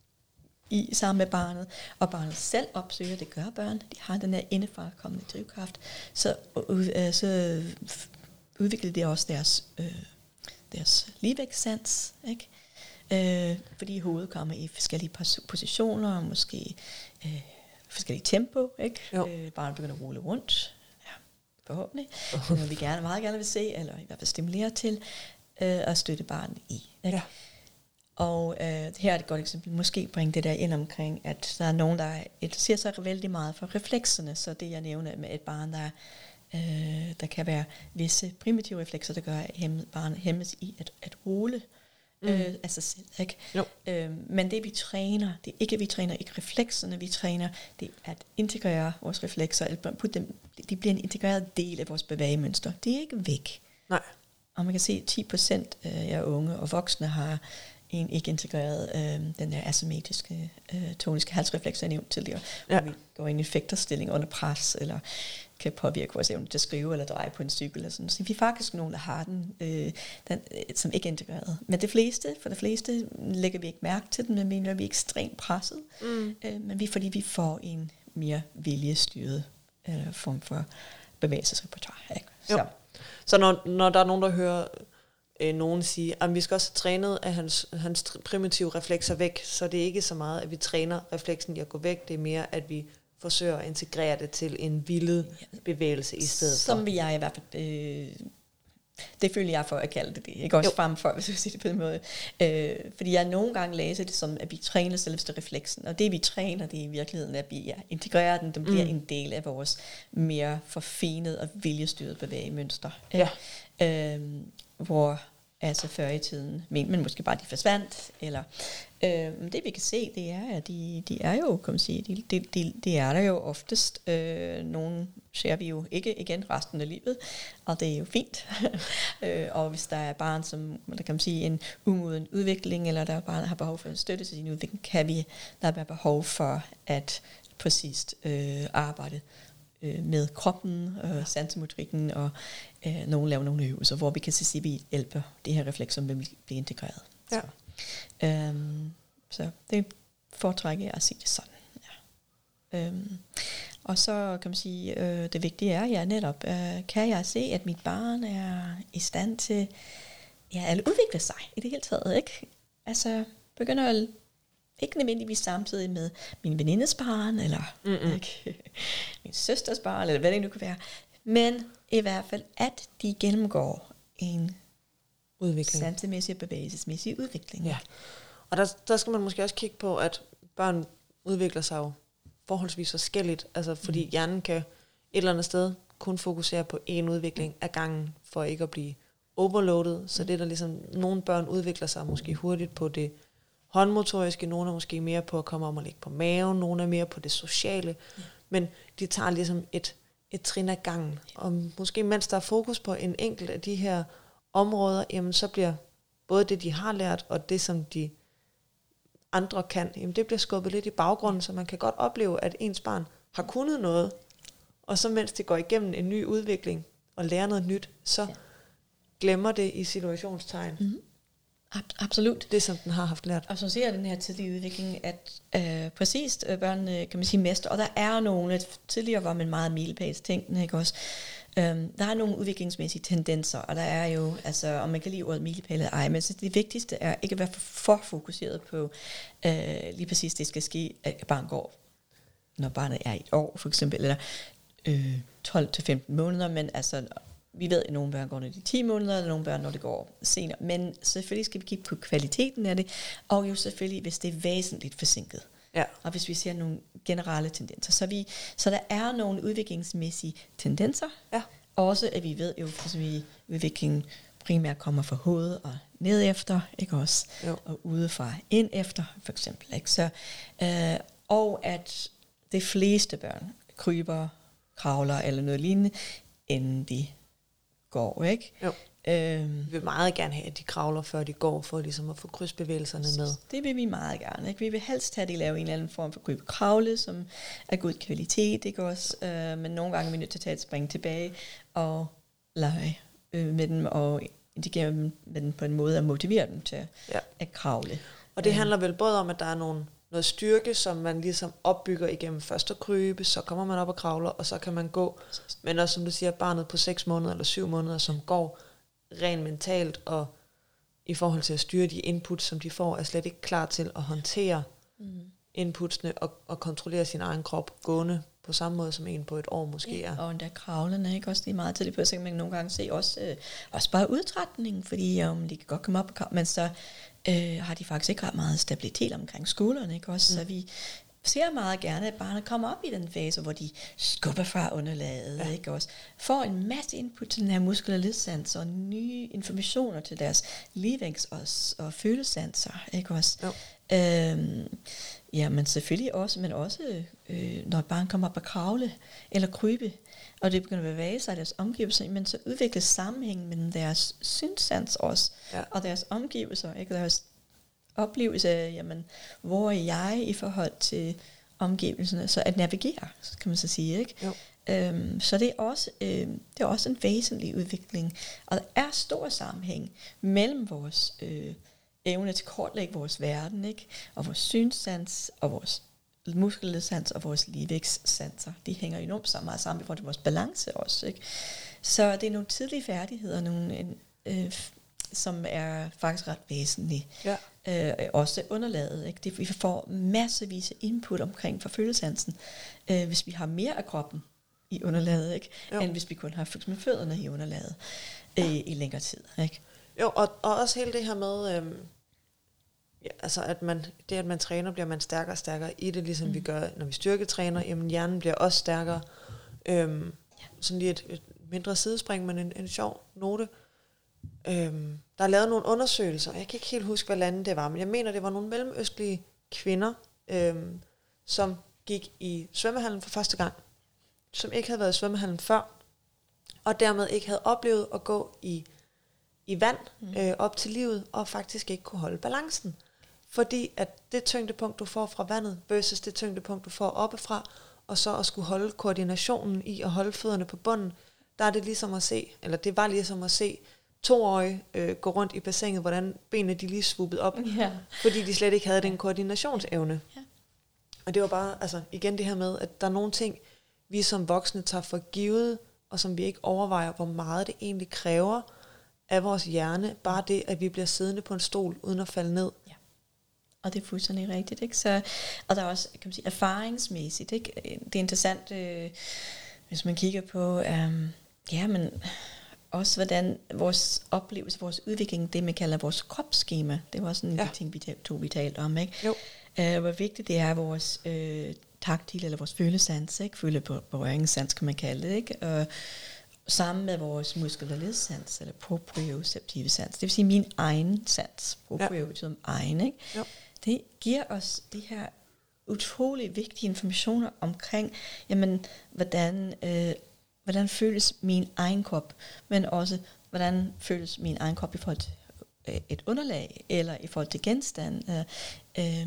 i sammen med barnet, og barnet selv opsøger, det gør børn, de har den her indefra kommende drivkraft, så, øh, så udvikler de også deres, øh, deres ligevægtssans, ikke? Øh, fordi hovedet kommer i forskellige positioner, og måske øh, forskellige tempo, ikke? Øh, barnet begynder at rulle rundt, forhåbentlig, uh-huh. vi gerne, meget gerne vil se, eller i hvert fald stimulere til, øh, at støtte barnet i. Ikke? Ja. Og øh, her er et godt eksempel, måske bringe det der ind omkring, at der er nogen, der interesserer sig vældig meget for reflekserne, så det jeg nævner med et barn, der, øh, der kan være visse primitive reflekser, der gør, at barnet hæmmes i at, at rulle mm. øh, af sig selv. Ikke? Øh, men det vi træner, det er ikke, at vi træner ikke reflekserne, vi træner, det er at integrere vores reflekser, eller putte dem, de bliver en integreret del af vores bevægemønster. Det er ikke væk. Nej. Og man kan se, at ti procent af unge og voksne har en ikke integreret, øh, den der asymmetriske, øh, toniske halsrefleks, jeg nævnte tidligere, ja. Hvor vi går ind i fægterstilling under pres, eller kan påvirke vores evne til at skrive eller dreje på en cykel. Eller sådan. Så vi er faktisk nogen, der har den, øh, den øh, som ikke er integreret. Men det fleste, for det fleste lægger vi ikke mærke til den, men vi er ekstremt presset. Mm. Øh, men vi, fordi vi får en mere viljestyret øh, form for bevægelsesrepertoire. Ikke? Så, så når, når der er nogen, der hører øh, nogen sige, at vi skal også have trænet af hans, hans primitive reflekser væk, så det er ikke så meget, at vi træner refleksen i at gå væk, det er mere, at vi forsøger at integrere det til en villet bevægelse i stedet Som for. vil jeg i hvert fald... Øh, det føler jeg for at kalde det det. Ikke også Jo. frem for, hvis jeg siger det på den måde. Øh, fordi jeg nogle gange læser det som, at vi træner selveste refleksen. Og det vi træner, det er i virkeligheden, at vi ja, integrerer den. Den bliver mm. en del af vores mere forfinede og viljestyret bevægemønster. Ja. Øh, hvor altså før i tiden mente man måske bare, de forsvandt. Eller, øh, det vi kan se, det er, at de, de er jo, kan man sige, de, de, de, de er der jo oftest. Øh, nogle ser vi jo ikke igen resten af livet, og det er jo fint. øh, og hvis der er barn, som der kan man sige, en umoden udvikling, eller der er barn, der har behov for en støtte til sin udvikling, kan vi, der er behov for at præcist øh, arbejde øh, med kroppen, øh, sansemotorikken, og øh, nogen laver nogle øvelser, hvor vi kan sige, at vi hjælper det her refleks, som vil blive integreret. Ja. Så, øhm, så det foretrækker jeg at sige det sådan. Ja. Øhm, og så kan man sige, øh, det vigtige er, ja netop, øh, kan jeg se, at mit barn er i stand til ja, at udvikle sig i det hele taget, ikke? Altså begynder at ikke nødvendigvis samtidig med min venindes barn, eller ikke, min søsters barn, eller hvad det nu kan være, men i hvert fald, at de gennemgår en Udvikling. sansemæssig og bevægelsesmæssig udvikling. Ja. Og der, der skal man måske også kigge på, at børn udvikler sig jo forholdsvis forskelligt, altså fordi mm. hjernen kan et eller andet sted kun fokusere på én udvikling af gangen, for ikke at blive overloadet. Så det er der ligesom, nogle børn udvikler sig måske hurtigt på det håndmotoriske, nogle er måske mere på at komme om og ligge på maven, nogle er mere på det sociale, ja. Men de tager ligesom et, et trin af gangen. Og måske mens der er fokus på en enkelt af de her områder, jamen så bliver både det, de har lært, og det, som de andre kan, jamen det bliver skubbet lidt i baggrunden, så man kan godt opleve, at ens barn har kunnet noget, og så mens det går igennem en ny udvikling og lærer noget nyt, så ja. glemmer det i situationstegn. Mm-hmm. Absolut. Det, som den har haft lært. Og så ser den her tidlige udvikling, at øh, præcist øh, børnene, kan man sige, mester, og der er nogle, tidligere var man meget milepæls tænkende, ikke også? Øhm, der er nogle udviklingsmæssige tendenser, og der er jo, altså, om man kan lide ordet milepæl eller ej, men så det vigtigste er ikke at være for, for fokuseret på, øh, lige præcis det skal ske, at barn går, når barnet er et år, for eksempel, eller øh, tolv til femten måneder, men altså, vi ved, at nogle børn går, når de er ti måneder, eller nogle børn, når det går senere. Men selvfølgelig skal vi kigge på kvaliteten af det, og jo selvfølgelig, hvis det er væsentligt forsinket. Ja. Og hvis vi ser nogle generelle tendenser. Så, vi, så der er nogle udviklingsmæssige tendenser. Ja. Også at vi ved jo, at vi udviklingen primært kommer fra hovedet og ned efter, ikke også? Jo. Og udefra ind efter, for eksempel. Ikke? Så, øh, og at de fleste børn kryber, kravler eller noget lignende, inden de går, ikke? Jo. Øhm, vi vil meget gerne have, at de kravler, før de går, for ligesom at få krydsbevægelserne med. Det vil vi meget gerne. Ikke? Vi vil helst have, at de laver en eller anden form for kryb kravle, som er god kvalitet, ikke også? Øh, men nogle gange er vi nødt til at tage et spring tilbage og lege øh, med dem, og integrere dem med dem på en måde at motivere dem til ja. at kravle. Og det handler vel både om, at der er nogle, noget styrke, som man ligesom opbygger igennem først at krybe, så kommer man op og kravler, og så kan man gå. Men også, som du siger, barnet på seks måneder eller syv måneder, som går rent mentalt, og i forhold til at styre de inputs, som de får, er slet ikke klar til at håndtere mm. inputsene og, og kontrollere sin egen krop gående på samme måde som en på et år måske er. Ja, og endda kravlerne, ikke? Også det er meget tidligt på, så kan man nogle gange se også, øh, også bare udtrætning, fordi um, de kan godt komme op og kravle, men så øh, har de faktisk ikke ret meget stabilitet omkring skuldrene, ikke også? Mm. Så vi ser meget gerne, at barnet kommer op i den fase, hvor de skubber fra underlaget, ja. Ikke også? Får en masse input til den her muskel- og ledsans, og nye informationer til deres livvækst og, og følesanser, ikke også? Jo. Øhm, ja, men selvfølgelig også, men også, øh, når et barn kommer op og kravle, eller krybe, og det begynder at bevæge sig i deres omgivelser, men så udvikles sammenhængen mellem deres synssans også, ja. Og deres omgivelser, ikke? Deres oplevelse af, jamen, hvor er jeg i forhold til omgivelserne, så at navigere, kan man så sige, ikke? Jo. Øhm, så det er, også, øhm, det er også en væsentlig udvikling, og der er stor sammenhæng mellem vores øh, evne til at kortlægge vores verden, ikke? Og vores synssans, og vores muskelledsans, og vores ligevægtssanser, de hænger enormt sammen, meget sammen i forhold til vores balance også, ikke? Så det er nogle tidlige færdigheder, nogle en, øh, som er faktisk ret væsentlig. Ja. Øh, også underlaget. Ikke? Det, vi får massevis af input omkring forfølgelsesansen, øh, hvis vi har mere af kroppen i underlaget, ikke? End hvis vi kun har for eksempel fødderne i underlaget øh, i længere tid. Ikke? Jo, og, og også hele det her med, øhm, ja, altså at man, det at man træner, bliver man stærkere og stærkere i det, ligesom mm. vi gør, når vi styrketræner, jamen hjernen bliver også stærkere. Øhm, ja. Sådan lige et, et mindre sidespring, men en, en sjov note. Øhm, der er lavet nogle undersøgelser, jeg kan ikke helt huske, hvad landet det var, men jeg mener, det var nogle mellemøstlige kvinder, øhm, som gik i svømmehallen for første gang, som ikke havde været i svømmehallen før, og dermed ikke havde oplevet at gå i, i vand mm. øh, op til livet, og faktisk ikke kunne holde balancen. Fordi at det tyngdepunkt, du får fra vandet, versus det tyngdepunkt, du får oppefra, og så at skulle holde koordinationen i at holde fødderne på bunden, der er det ligesom at se, eller det var ligesom at se toårige øh, gå rundt i bassinet, hvordan benene de lige swoopede op, yeah. fordi de slet ikke havde den koordinationsevne. Yeah. Og det var bare, altså igen det her med, at der er nogle ting, vi som voksne tager for givet, og som vi ikke overvejer, hvor meget det egentlig kræver af vores hjerne, bare det, at vi bliver siddende på en stol, uden at falde ned. Ja. Og det er fuldstændig rigtigt, ikke? Så, og der er også, kan man sige, erfaringsmæssigt, ikke? Det er interessant, øh, hvis man kigger på, øh, ja, men også hvordan vores oplevelse, vores udvikling, det man kalder vores kropsskema, det var sådan en ja. de ting, vi to vi talte om, ikke? Jo. Uh, hvor vigtigt det er vores øh, taktil eller vores følesans, ikke? Føle på berøringssans, kan man kalde det, ikke? Og sammen med vores muskel- og ledsans, eller proprioceptive sans, det vil sige min egen sans, proprioceptive ja. egen, ikke? Jo. Det giver os de her utrolig vigtige informationer omkring, jamen, hvordan, øh, hvordan føles min egen krop, men også, hvordan føles min egen krop i forhold til et underlag, eller i forhold til genstand. Øh, øh,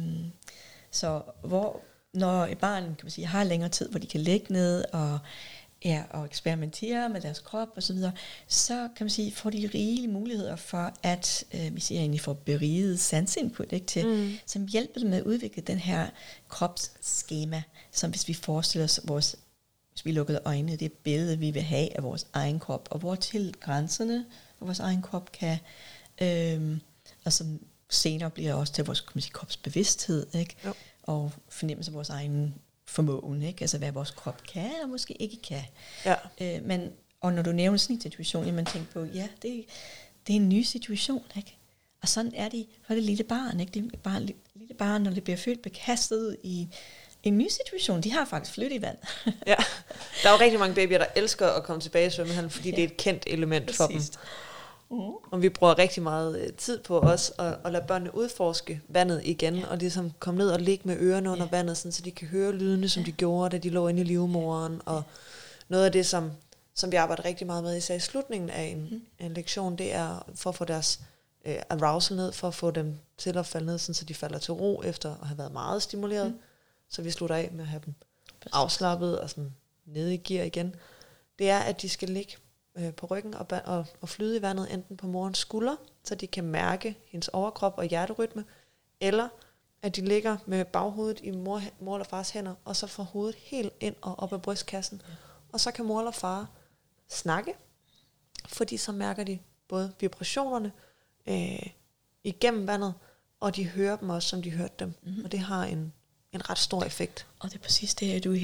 så hvor, når et barn kan man sige, har længere tid, hvor de kan ligge ned og, ja, og eksperimentere med deres krop og så videre, så kan man sige, får de rigelige muligheder for, at øh, vi siger egentlig får beriget sansinput, ikke, til, mm. som hjælper dem med at udvikle den her kropsskema, som hvis vi forestiller os vores, hvis vi lukkede øjnene, det billede, vi vil have af vores egen krop, og hvor til grænserne af vores egen krop kan Øhm, og som senere bliver også til vores, kan man sige, kropsbevidsthed, ikke? Jo. Og fornemmelse af vores egen formåen, ikke? Altså hvad vores krop kan og måske ikke kan. Ja. Øh, men, og når du nævner sådan en situation, jamen tænker på, ja, det, det er en ny situation, ikke? Og sådan er det for det lille barn, ikke? Det er bare et lille barn, når det bliver født, bliver kastet ud i en ny situation. De har faktisk flyttet i vand. Ja, der er jo rigtig mange babyer, der elsker at komme tilbage i svømmehallen, fordi ja. det er et kendt element Præcis. for dem. Mm. Og vi bruger rigtig meget tid på os at, at lade børnene udforske vandet igen, ja. og ligesom komme ned og ligge med ørerne under ja. vandet, sådan, så de kan høre lydene, som ja. de gjorde, da de lå inde i livmoderen. Og ja. noget af det, som, som vi arbejder rigtig meget med, især i slutningen af en, mm. en lektion, det er for at få deres øh, arousal ned, for at få dem til at falde ned, sådan, så de falder til ro efter at have været meget stimuleret. Mm. Så vi slutter af med at have dem Præcis. afslappet og sådan nede i gear igen. Det er, at de skal ligge på ryggen og, og, og flyde i vandet, enten på morens skulder, så de kan mærke hendes overkrop og hjerterytme, eller at de ligger med baghovedet i mor, mor eller fars hænder, og så får hovedet helt ind og op af brystkassen. Ja. Og så kan mor eller far snakke, fordi så mærker de både vibrationerne øh, igennem vandet, og de hører dem også, som de hørte dem. Mm-hmm. Og det har en, en ret stor effekt. Og det er præcis det, at du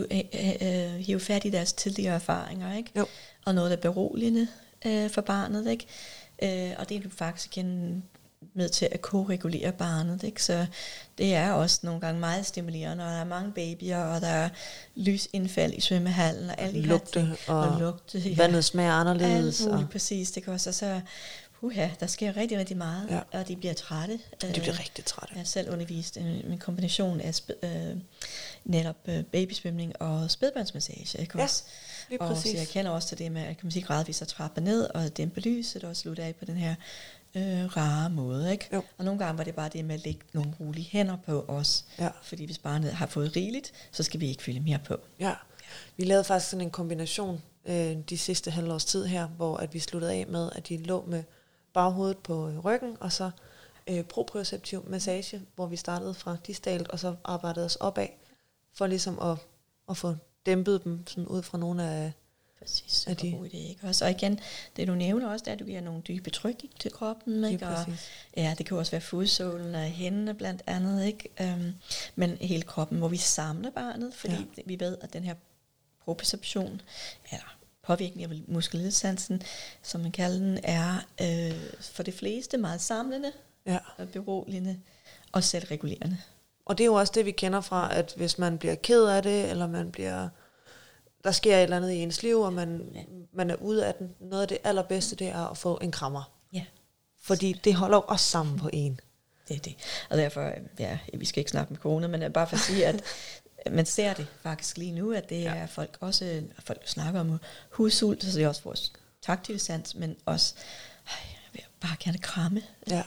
hiver hiv fat i deres tidligere erfaringer, ikke? Jo. Og noget, der er beroligende øh, for barnet, ikke? Øh, og det er du faktisk igen med til at koregulere barnet, ikke? Så det er også nogle gange meget stimulerende, og der er mange babyer, og der er lysindfald i svømmehallen, og alle de lugte, her ting. Og, og lugte, ja. vandet smager anderledes. Alt muligt, og præcis. Det kan også så, uha, der sker rigtig, rigtig meget, ja. og de bliver trætte. De bliver rigtig trætte. Jeg har selv undervist en, en kombination af sp- øh, netop øh, babysvømning og spædbørnsmassage, ikke ja. også? Lige og præcis. så jeg kender også til det med, at kan man sige, gradvist at trappe ned og dæmpe lyset og slutte af på den her øh, rare måde, ikke? Jo. Og nogle gange var det bare det med at lægge nogle rolige hænder på os, ja. fordi hvis barnet har fået rigeligt, så skal vi ikke fylde mere på. Ja, vi lavede faktisk sådan en kombination øh, de sidste halvårs tid her, hvor at vi sluttede af med, at de lå med baghovedet på øh, ryggen, og så øh, proprioceptiv massage, hvor vi startede fra distalt, og så arbejdede os opad, for ligesom at, at få dæmpet dem sådan ud fra nogle af Præcis, så de... god idé, ikke? Også, og igen, det du nævner også, det er, at du giver nogle dybe tryk til kroppen, ikke? Og, ja, det kan også være fodsålen og hænderne blandt andet, ikke? Um, men hele kroppen, hvor vi samler barnet, fordi ja. vi ved, at den her proprioception, eller påvirkning af muskelledsansen, som man kalder den, er øh, for de fleste meget samlende, ja. og beroligende og selvregulerende. Og det er jo også det, vi kender fra, at hvis man bliver ked af det, eller man bliver... der sker et eller andet i ens liv, og man, ja. man er ude af den. Noget af det allerbedste, det er at få en krammer. Ja. Fordi det holder jo også sammen på en. Det er det. Og derfor, ja, vi skal ikke snakke med corona, men bare for at sige, at man ser det faktisk lige nu, at det ja. er folk også, folk snakker om hudsult, så det er også vores taktile sans, men også, øh, jeg vil bare gerne kramme. Ja.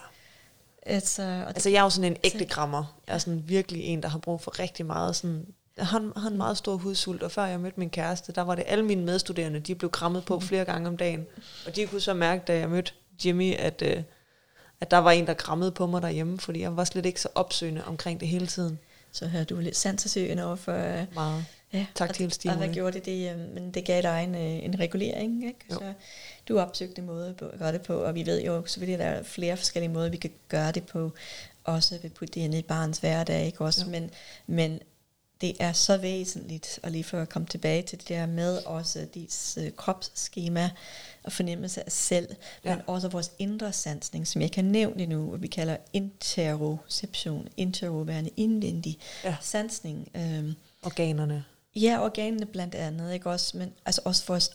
Altså, altså jeg er jo sådan en ægte krammer. Jeg er sådan virkelig en, der har brug for rigtig meget sådan... Jeg har, har en meget stor hudsult, og før jeg mødte min kæreste, der var det alle mine medstuderende, de blev krammet på flere gange om dagen. Og de kunne så mærke, da jeg mødte Jimmy, at, øh, at der var en, der krammede på mig derhjemme, fordi jeg var slet ikke så opsøgende omkring det hele tiden. Så her du var lidt sansesøgende over for... Øh, meget. Ja, taktil stimuli. Og hvad gjorde det? det øh, men det gav dig en, øh, en regulering, ikke? Jo. Så du opsøgte en måde at gøre det på, og vi ved jo selvfølgelig, at der er flere forskellige måder, vi kan gøre det på, også ved at putte det ind i barns hverdag, ikke også? Men, men det er så væsentligt, og lige for at komme tilbage til det der med også dit øh, kropsskema og fornemmelse af selv, ja. men også vores indre sansning, som jeg kan nævne nu, hvad vi kalder interoception, interoværende indvendig ja. sansning. Øhm, Organerne. Ja, organerne blandt andet, ikke også, men altså også vores,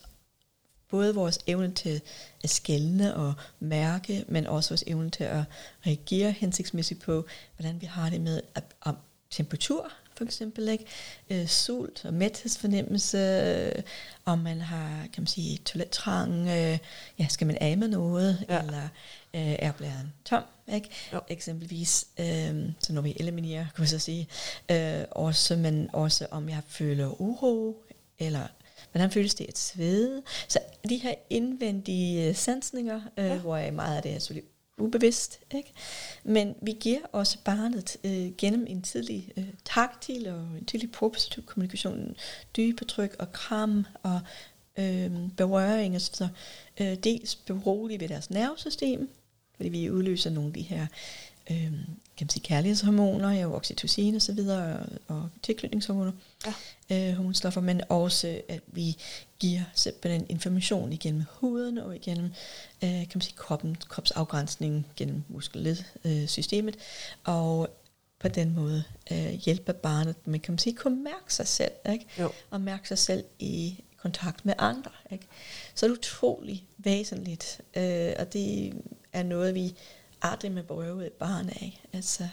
både vores evne til at skelne og mærke, men også vores evne til at reagere hensigtsmæssigt på, hvordan vi har det med at, at temperatur, for eksempel, ikke? Øh, sult og mæthedsfornemmelse, øh, om man har, kan man sige, toilettrang, øh, ja, skal man af med noget, ja. eller øh, er blæren tom, ikke? Eksempelvis, øh, så når vi eliminerer, kan man så sige, øh, også, men også om jeg føler uro, eller hvordan føles det at svede. Så de her indvendige sansninger, øh, ja. hvor jeg meget af det er selvfølgelig ubevidst, ikke? Men vi giver også barnet øh, gennem en tidlig øh, taktil og en tidlig proprioceptiv kommunikation, dybe tryk og kram og øh, berøring og så øh, dels berolige ved deres nervesystem, fordi vi udløser nogle af de her øh, kan man sige kærlighedshormoner, ja, oxytocin og så videre og, og tilknytningshormoner, ja. øh, hormonstoffer, men også at vi giver simpelthen information igennem huden og igennem øh, kan man sige kroppen, kropsafgrænsning gennem muskelledsystemet, øh, og på den måde øh, hjælper barnet, men kan man sige kunne mærke sig selv, ikke? Jo. Og mærke sig selv i kontakt med andre, ikke? Så er det utrolig væsentligt, øh, og det er noget vi aldrig med berøve et barn af. Altså,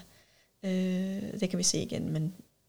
øh, det kan vi se igen, men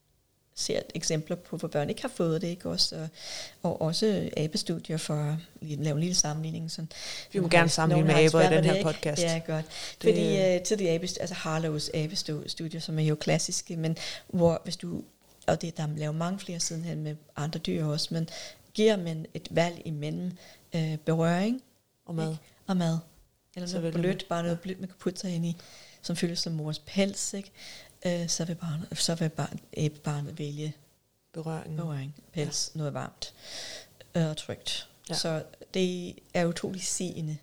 ser eksempler på, hvor børn ikke har fået det, ikke også, og, og også abestudier for at lave en lille sammenligning. Sådan. Vi må gerne sammenligne med aber i den her podcast. Ja, godt. Det fordi uh, til de abestudier, altså Harlows abestudier, som er jo klassiske, men hvor hvis du, og det der laver mange flere sidenhen med andre dyr også, men giver man et valg imellem uh, berøring og mad, ikke? og mad. Eller noget blødt, bare noget blødt, man kan putte sig ind i, som føles som mors pels, ikke? Øh, så vil barnet, så vil barnet, barnet vælge berøring, berøring pels, ja. noget varmt øh, og trygt. Ja. Så det er utroligt sigende.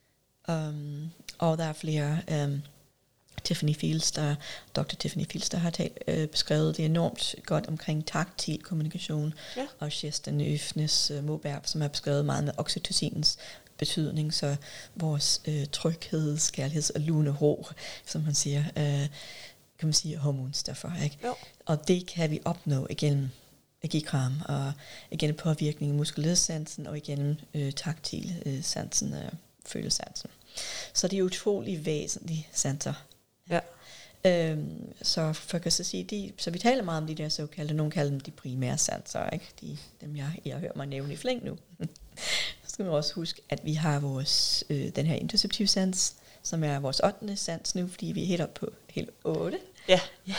Um, og der er flere, um, Tiffany Fields, der, doktor Tiffany Fields, der har talt, øh, beskrevet det enormt godt omkring taktil kommunikation, ja. og Kirsten Øfnes uh, Moberg, som har beskrevet meget med oxytocinens betydning, så vores øh, tryghed, kærligheds og lune ro, som man siger, øh, kan man sige, hormonstoffer, ikke? Jo. Og det kan vi opnå igennem at give kram, og igennem påvirkning i muskelledsansen, og igennem øh, taktil øh, sansen, øh, følesansen. Så det er utrolig væsentlige sanser. Ja. Øhm, så for at så sige, de, så vi taler meget om de der såkaldte, nogen kalder dem de primære sanser, ikke? De, dem jeg, jeg hører mig nævne i flæng nu. Så skal man også huske, at vi har vores, øh, den her interoceptive sans, som er vores ottende sans nu, fordi vi er helt op på helt otte. Ja. ja.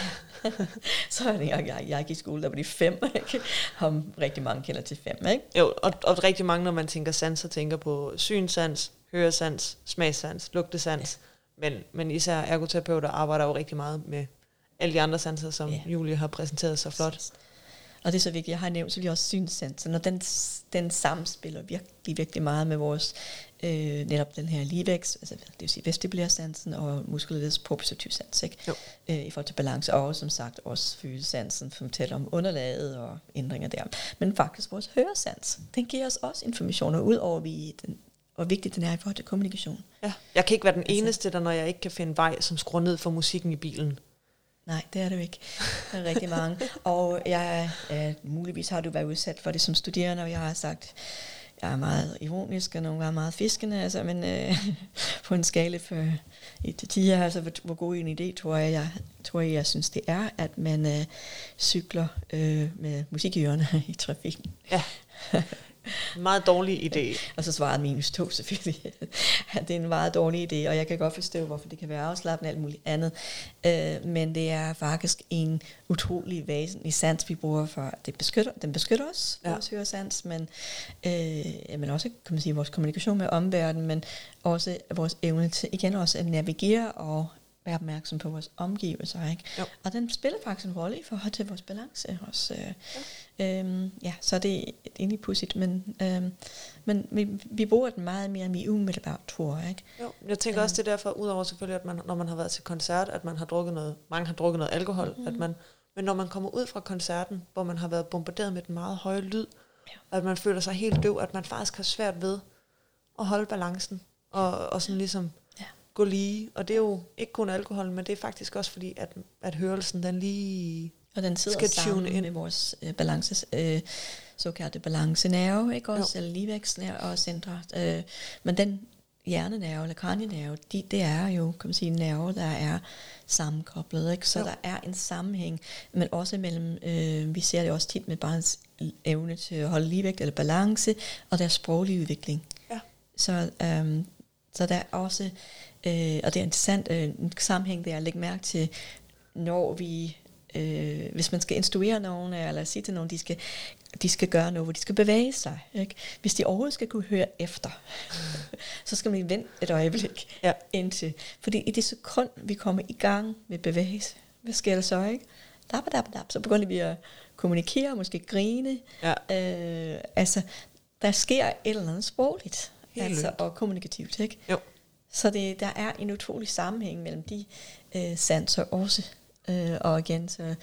Så er det, jeg, jeg, jeg gik i skole, der var de fem, ikke? Om rigtig mange kender til fem, ikke? Jo, og, og rigtig mange, når man tænker sans, tænker på synsans, høresans, smagssans, lugtesans. Ja. Men, men især ergoterapeuter arbejder jo rigtig meget med alle de andre sanser, som ja. Julie har præsenteret så flot. Og det er så vigtigt, jeg har nævnt, så vi også synssansen, og den, den samspiller virkelig, virkelig meget med vores, øh, netop den her ligevækst, altså det vil sige vestibulære-sansen og muskulærets proprioceptiv sans, ikke? Øh, i forhold til balance, og som sagt også følesansen, som fortæller om underlaget og ændringer der. Men faktisk vores høresans, den giver os også informationer, ud over vi den, hvor vigtigt den er i forhold til kommunikation. Ja. Jeg kan ikke være den altså, eneste, der når jeg ikke kan finde vej, som skruer ned for musikken i bilen. Nej, det er det jo ikke. Der er rigtig mange. Og jeg, øh, muligvis har du været udsat for det som studerende, og jeg har sagt, jeg er meget ironisk, og nogle gange meget fiskende, altså, men øh, på en skala for et til ti, altså hvor, hvor god en idé, tror jeg, jeg, tror jeg, jeg synes, det er, at man øh, cykler øh, med musik i ørerne i trafikken. Ja. Meget dårlig idé. Og så svarede minus to selvfølgelig. Det er en meget dårlig idé, og jeg kan godt forstå, hvorfor det kan være afslappende og alt muligt andet. Øh, men det er faktisk en utrolig væsentlig sans, vi bruger for, det beskytter, den beskytter os, ja. Vores høresans, men, øh, men også, kan man sige, vores kommunikation med omverdenen, men også vores evne til, igen også at navigere og være opmærksom på vores omgivelser, ikke? Og den spiller faktisk en rolle i forhold til vores balance også. Ja. Øhm, ja, så det er egentlig pudsigt, men, øhm, men vi, vi bruger den meget mere, end vi umiddelbart tror, ikke? Jo, jeg tænker øhm. også, det er derfor, udover selvfølgelig, at man, når man har været til koncert, at man har drukket noget, mange har drukket noget alkohol, mm-hmm. at man, men når man kommer ud fra koncerten, hvor man har været bombarderet med den meget høje lyd, ja. At man føler sig helt døv, at man faktisk har svært ved at holde balancen, og, og sådan ligesom gå lige, og det er jo ikke kun alkohol, men det er faktisk også fordi, at, at hørelsen, den lige og den sidder sammen ind med vores øh, balance, øh, såkaldte balancenerve, ikke også, jo. Eller ligevækstnerve og centre. Øh, men den hjernenerve, eller kranienerve, de, det er jo, kan man sige, nerve, der er sammenkoblet, ikke? Så jo. Der er en sammenhæng, men også mellem, øh, vi ser det også tit med barnets evne til at holde ligevægt eller balance, og deres sproglige udvikling. Ja. Så, øh, så der er også Øh, og det er interessant øh, en sammenhæng der at lægge mærke til, når vi, øh, hvis man skal instruere nogen, eller sige til nogen, de skal, de skal gøre noget, hvor de skal bevæge sig, ikke? Hvis de overhovedet skal kunne høre efter, mm. så skal man vente et øjeblik ja. Indtil, fordi i det sekund, vi kommer i gang med bevægelse, hvad sker der så, ikke? Dap, dap, dap, så begynder vi at kommunikere, måske grine, ja. øh, altså, der sker et eller andet sprogligt, altså, og kommunikativt, ikke? Jo. Så det, der er en utrolig sammenhæng mellem de øh, sanser også. Øh, og igen, så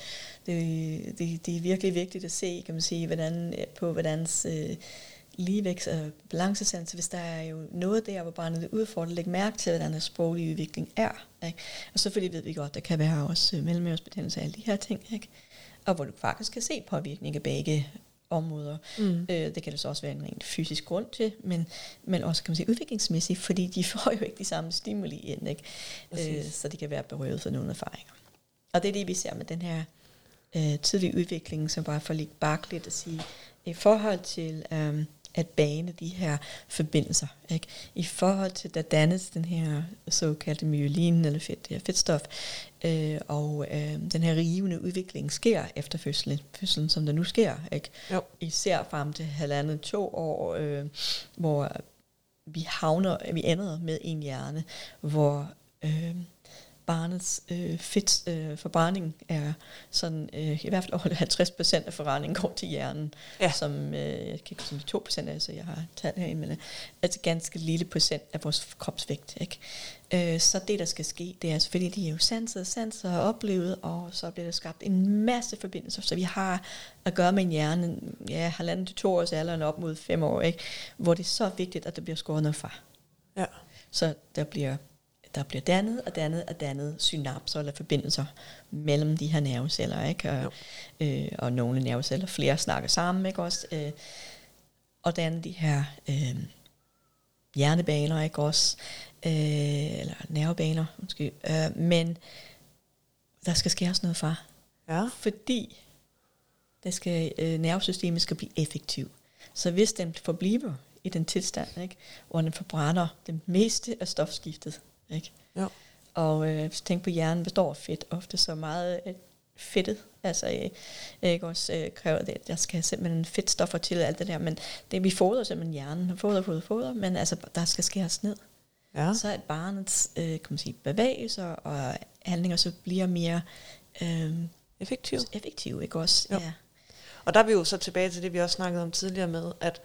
det, det, det er virkelig vigtigt at se, kan man sige, hvordan, på hvordan øh, ligevækst og balancesans, hvis der er jo noget der, hvor barnet er udfordret, lægge mærke til, hvordan den sproglige udvikling er. Ikke? Og selvfølgelig ved vi godt, der kan være også øh, mellemøresbetændelse af alle de her ting, ikke? Og hvor du faktisk kan se påvirkning af begge områder. Mm. Øh, det kan det så også være en rent fysisk grund til, men, men også kan man sige udviklingsmæssigt, fordi de får jo ikke de samme stimuli ind, ikke? Øh, så de kan være berøvet for nogle erfaringer. Og det er det, vi ser med den her øh, tidlige udvikling, som bare for lige bakke lidt at sige, i forhold til øh, at bane de her forbindelser, ikke? I forhold til, der dannes den her såkaldte myelin, eller fedt, det her fedtstof, øh, og øh, den her rivende udvikling sker efter fødslen, fødslen som der nu sker, ikke? Jo. Især frem til halvandet to år, øh, hvor vi havner, vi ender med en hjerne, hvor øh, barnets øh, fedt øh, forbrænding er sådan, øh, i hvert fald over halvtreds procent af forbrændingen går til hjernen, ja. Som, øh, jeg kan ikke sige to procent af, så jeg har taget herinde, men altså ganske lille procent af vores kropsvægt, ikke? Øh, så det, der skal ske, det er selvfølgelig, de er jo sanset, sanset og oplevet, og så bliver der skabt en masse forbindelser, så vi har at gøre med en hjerne, ja, halvanden til to års alderen op mod fem år, ikke? Hvor det er så vigtigt, at der bliver skåret noget fra. Ja. Så der bliver Der bliver dannet og dannet og dannet synapser eller forbindelser mellem de her nerveceller, ikke? Og, øh, og nogle nerveceller, flere snakker sammen, ikke også? Øh, og danne de her øh, hjernebaner, ikke også? Øh, eller nervebaner, måske. Øh, men der skal skæres noget fra. Ja. Fordi det skal, øh, nervesystemet skal blive effektivt. Så hvis den forbliver i den tilstand, ikke? Hvor den forbrænder det meste af stofskiftet, ikke? Ja. Og øh, hvis du tænker på hjernen, består af fedt ofte så meget øh, fedtet, altså øh, ikke også øh, kræver det, der skal simpelthen fedtstoffer til alt det der, men det vi fodrer simpelthen hjernen, foder, foder, foder, men altså der skal skæres ned. Ja. Så at barnets øh, kan man sige, bevægelser og handlinger så bliver mere øh, effektiv. effektiv, ikke også? Jo. Ja. Og der er vi jo så tilbage til det, vi også snakkede om tidligere med, at,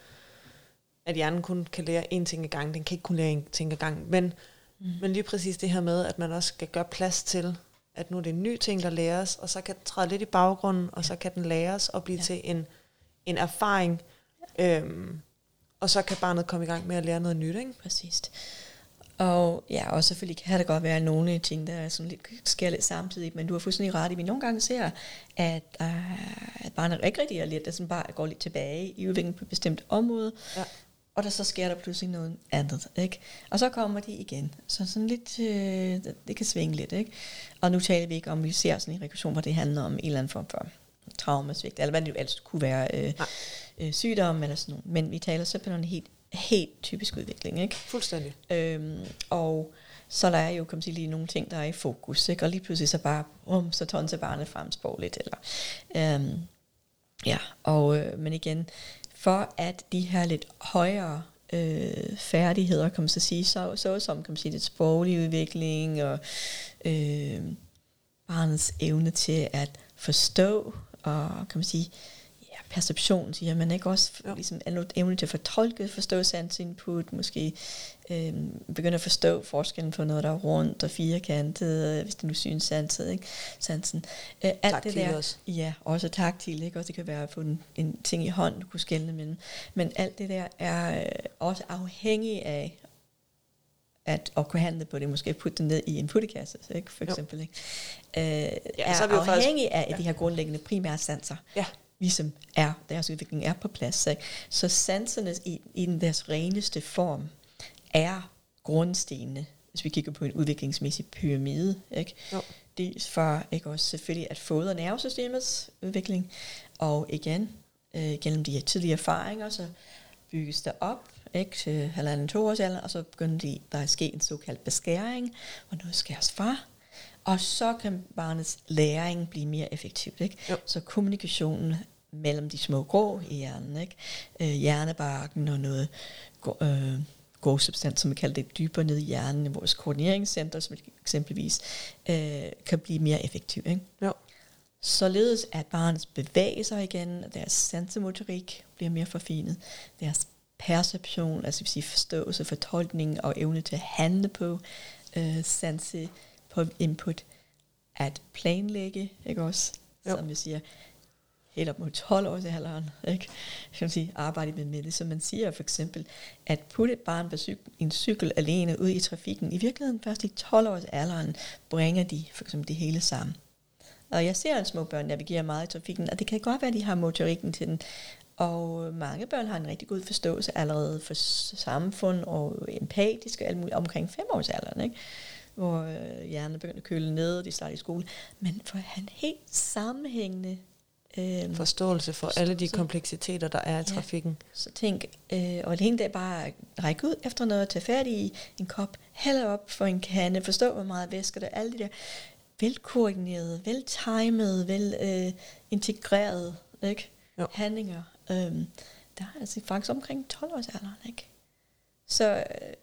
at hjernen kun kan lære én ting ad gangen. Den kan ikke kun lære én ting ad gangen. Men, mm. men lige præcis det her med, at man også skal gøre plads til, at nu er det en ny ting, der læres, og så kan den træde lidt i baggrunden, og så kan den læres og blive ja. til en, en erfaring. Ja. Øhm, og så kan barnet komme i gang med at lære noget nyt, ikke? Præcis. Og ja, og selvfølgelig kan det godt være nogle ting, der er sådan lidt, sker lidt samtidig, men du har fuldstændig ret i, at vi nogle gange ser, at, uh, at barnet ikke rigtig er lidt, at sådan bare går lidt tilbage i udviklingen på et bestemt område, ja. og der så sker der pludselig noget andet, ikke? Og så kommer de igen. Så sådan lidt, øh, det kan svinge lidt, ikke? Og nu taler vi ikke om, vi ser sådan en reaktion, hvor det handler om en eller anden form for traumasvigt, eller hvad det jo ellers kunne være, øh, øh, sygdom eller sådan noget. Men vi taler simpelthen om en helt, helt typisk udvikling, ikke? Fuldstændig. Øhm, og så der er jo, kan man sige, lige nogle ting, der er i fokus, ikke? Og lige pludselig så bare, um, så tonser barnet frem sprogligt, eller, øhm, ja, og, øh, men igen, for at de her lidt højere øh, færdigheder, kan man så sige, så, så som kan man sige, det sproglige udvikling, og øh, barnets evne til at forstå, og kan man sige, ja, perception, siger man, ikke også, ja. Ligesom evne til at fortolke, forstå sansinput, måske øh, begynde at forstå forskellen på noget, der er rundt og firkantet, hvis det nu synes sanset, ikke? Sansen. Øh, alt det der, også. Ja, også taktil, ikke? Også det kan være at få en, en ting i hånden, du kunne skelne mellem. Men alt det der er øh, også afhængig af, at, at kunne handle på det, måske putte det ned i en puttekasse, ikke? For eksempel, ikke? Øh, ja, er så er vi afhængig faktisk, af ja. de her grundlæggende primære sanser. Ja. Ligesom er, deres udvikling er på plads. Ikke? Så sanserne i, i deres reneste form er grundstenene, hvis vi kigger på en udviklingsmæssig pyramide. Ikke? Dels for ikke også selvfølgelig at fodre nervesystemets udvikling, og igen, øh, gennem de her tidlige erfaringer, så bygges der op, ikke, til halvanden to års alder, og så begynder de, der at ske en såkaldt beskæring, hvor noget skæres fra, og så kan barnets læring blive mere effektivt, ikke? Så kommunikationen mellem de små grå i hjernen, ikke? Øh, hjernebarken og noget øh, gåsubstans, som vi kalder det, dybere ned i hjernen, i vores koordineringscenter, som eksempelvis øh, kan blive mere effektivt, ikke? Jo. Således at barnets bevægelser igen, deres sansemotorik bliver mere forfinet, deres perception, altså vil sige forståelse, fortolkning og evne til at handle på øh, sanse, på input, at planlægge, ikke også, jo. Som vi siger, helt op mod tolv års alderen, ikke? Skal man sige, arbejde med med det, så man siger for eksempel, at putte et barn på cykel, en cykel alene ud i trafikken, i virkeligheden først i tolv års alderen, bringer de for eksempel det hele sammen. Og jeg ser, at små børn navigerer meget i trafikken, og det kan godt være, at de har motorikken til den, og mange børn har en rigtig god forståelse allerede for samfund og empatisk og alt muligt omkring fem års alderen, ikke? Hvor øh, hjernen begynder at køle ned, og de starter i skole. Men for at have en helt sammenhængende øh, forståelse for forståelse. Alle de kompleksiteter, der er i trafikken. Ja, så tænk, øh, og alene det bare række ud efter noget, tage fat i en kop, hælde op for en kande, forstå, hvor meget væske der er, alle de der velkoordinerede, veltimede, vel øh, integrerede, ikke? handlinger. Øhm, der er altså faktisk omkring tolv års alderen, ikke? Så øh,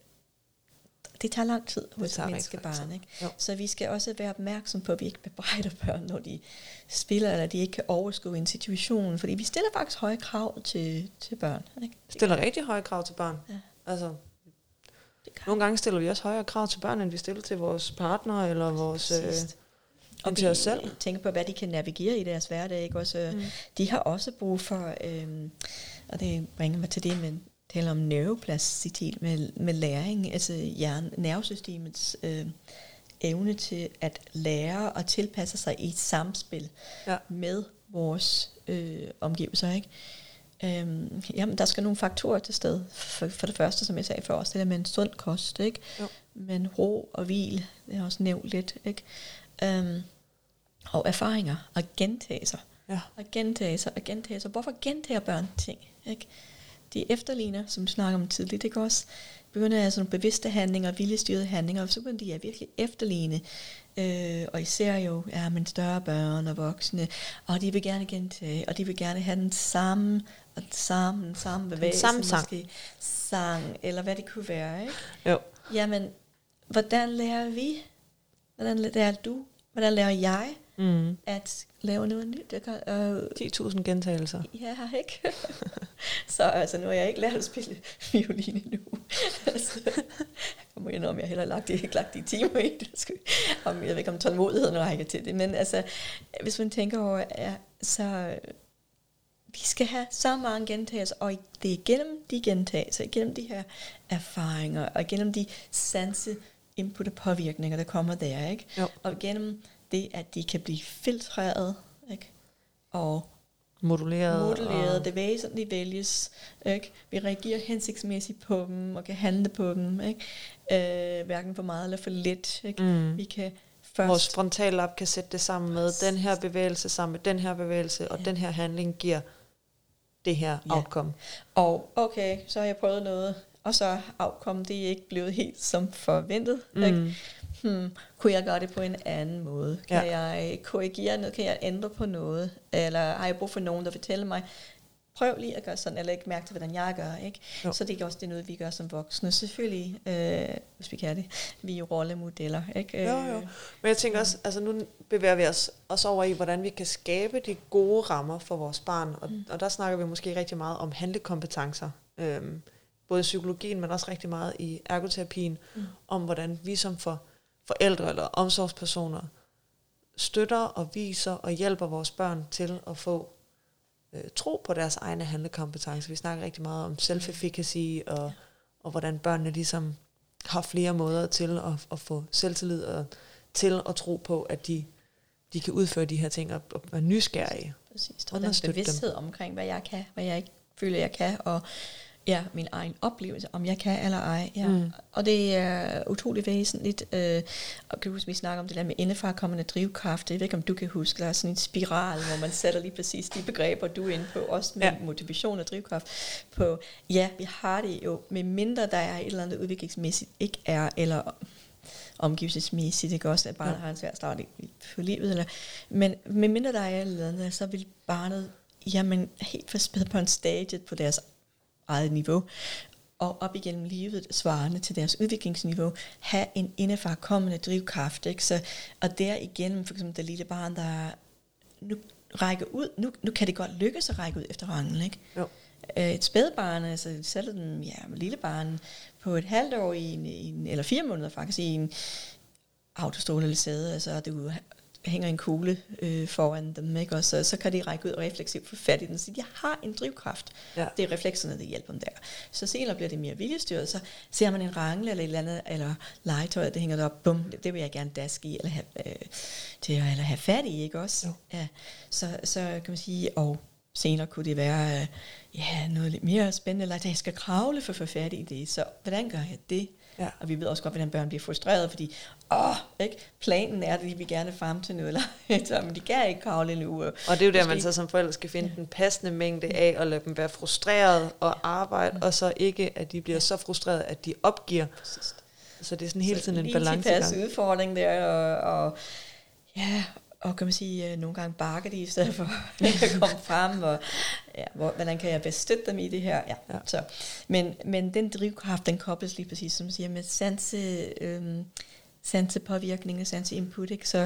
det tager lang tid hos menneskebarn, ikke? Så vi skal også være opmærksom på, at vi ikke bebrejder børn, når de spiller, eller de ikke kan overskue en situation, fordi vi stiller faktisk høje krav til, til børn, ikke? Vi stiller rigtig høje krav til børn. Ja. Altså, nogle gange stiller vi også højere krav til børn, end vi stiller til vores partner, eller vores... Øh, og til os selv. Tænker på, hvad de kan navigere i deres hverdag, ikke? Også, mm. De har også brug for, øhm, og det bringer mig til det, men taler om neuroplasticitet med, med læring, altså hjerne, nervesystemets øh, evne til at lære og tilpasse sig i et samspil ja. med vores øh, omgivelser, ikke? Øhm, jamen, der skal nogle faktorer til stede. For, for det første, som jeg sagde for os, det der med en sund kost, ikke? Jo. Men ro og hvil, det har også nævnt lidt, ikke? Um, og erfaringer og gentagelser ja. og gentagelser og gentagelser. Hvorfor gentager børn ting? Ikke? De efterligner, som vi snakker om tidligt, ikke også? Begynder altså nogle bevidste handlinger, viljestyrede handlinger, og så begynder de at virkelig efterligne. Øh, og især jo, ja, men større børn og voksne, og de vil gerne gentage, og de vil gerne have den samme, og den samme, den samme bevægelse, samme sang. Måske sang, eller hvad det kunne være, ikke? Jo. Jamen, hvordan lærer vi? Hvordan lærer du? Hvordan lærer jeg? mm. at lave noget nyt. Øh, ti tusind gentagelser. Ja, ikke? Så altså, nu har jeg ikke lært at spille violin endnu. Altså, jeg må indrømme, jeg har heller lagt, ikke lagt de timer i det. Jeg ved ikke, om tålmodigheden rækker til det. Men altså, hvis man tænker over, ja, så vi skal have så mange gentagelser, og det er igennem de gentagelser, igennem de her erfaringer, og igennem de sanse input og påvirkninger, der kommer der, ikke? Jo. Og igennem det, at de kan blive filtreret, ikke? Og moduleret. moduleret, og det væsentligt vælges, ikke? Vi reagerer hensigtsmæssigt på dem, og kan handle på dem, ikke? Øh, hverken for meget eller for lidt, ikke? Mm. Vi kan først vores frontallap kan sætte det sammen med den her bevægelse, sammen med den her bevægelse, og ja. den her handling giver det her ja. outcome. Og okay, så har jeg prøvet noget, og så outcome, det er ikke blevet helt som forventet, mm. ikke? Hmm, kunne jeg gøre det på en anden måde? Kan ja. jeg korrigere noget? Kan jeg ændre på noget? Eller har jeg brug for nogen, der fortæller mig, prøv lige at gøre sådan, eller ikke mærke til, hvordan jeg gør, ikke? Jo. Så det er også det noget, vi gør som voksne. Selvfølgelig, øh, hvis vi kan det. Vi er jo rollemodeller, ikke? Jo, jo. Men jeg tænker også, altså nu bevæger vi os også over i, hvordan vi kan skabe de gode rammer for vores barn. Og, mm. og der snakker vi måske rigtig meget om handlekompetencer. Øhm, både i psykologien, men også rigtig meget i ergoterapien. Mm. Om hvordan vi som for forældre eller omsorgspersoner støtter og viser og hjælper vores børn til at få øh, tro på deres egne handlekompetencer. Vi snakker rigtig meget om self-efficacy og, ja. og hvordan børnene ligesom har flere måder til at, at få selvtillid og til at tro på, at de, de kan udføre de her ting og, og være nysgerrige. Præcis. Og den bevidsthed dem. omkring, hvad jeg kan, hvad jeg ikke føler, jeg kan, og ja, min egen oplevelse, om jeg kan eller ej. Ja. Mm. Og det er utroligt væsentligt. Øh, og kan du huske, vi snakker om det der med indefrakommende drivkraft. Jeg ved ikke, om du kan huske, der er sådan en spiral, hvor man sætter lige præcis de begreber, du er inde på, også med ja. motivation og drivkraft på. Ja, vi har det jo, med mindre der er et eller andet udviklingsmæssigt ikke er, eller omgivelsesmæssigt, ikke også, at barnet ja. har en svær start for livet. Eller, men med mindre der er et eller andet, så vil barnet jamen, helt forspæde på en stage på deres eget niveau, og op igennem livet, svarende til deres udviklingsniveau, have en indefrakommende drivkraft, ikke? Så, og derigennem, for eksempel det lille barn, der nu rækker ud, nu, nu kan det godt lykkes at række ud efter rangel, ikke? Jo. Et spædbarn, altså selv den ja, lille barn, på et halvt år, i en, i en, eller fire måneder faktisk, i en autostol eller sæde, altså du hænger en kugle øh, foran dem, ikke? Og så, så kan de række ud og refleksivt få fat i den. Så de har en drivkraft. Ja. Det er reflekserne, der hjælper dem der. Så senere bliver det mere viljestyret, så ser man en rangle eller et eller andet, eller legetøj, det hænger derop, bum, det, det vil jeg gerne daske i, eller have, øh, til, eller have fat i, ikke også? Jo. Ja. Så, så kan man sige, og senere kunne det være øh, ja, noget lidt mere spændende, eller at jeg skal kravle for at få fat i det. Så hvordan gør jeg det? Ja. Og vi ved også godt, hvordan børn bliver frustreret, fordi åh, ikke? Planen er, at de vil gerne frem til noget, eller, men de kan ikke kravle en uge. Og det er jo der, man så som forældre skal finde ja. den passende mængde af, og lade dem være frustreret og arbejde, ja. og så ikke, at de bliver så frustreret, at de opgiver. Præcis. Så det er sådan hele tiden en balancegang. Så lige udfordring der, og, og ja, og kan man sige, nogle gange bakker de i stedet for at komme frem, og ja, hvor, hvordan kan jeg bedst støtte dem i det her? Ja, ja. Så. Men, men den drivkraft, den kobles lige præcis, som man siger, med sanse, øhm, sansepåvirkning og sanseinput, ikke? Så ja.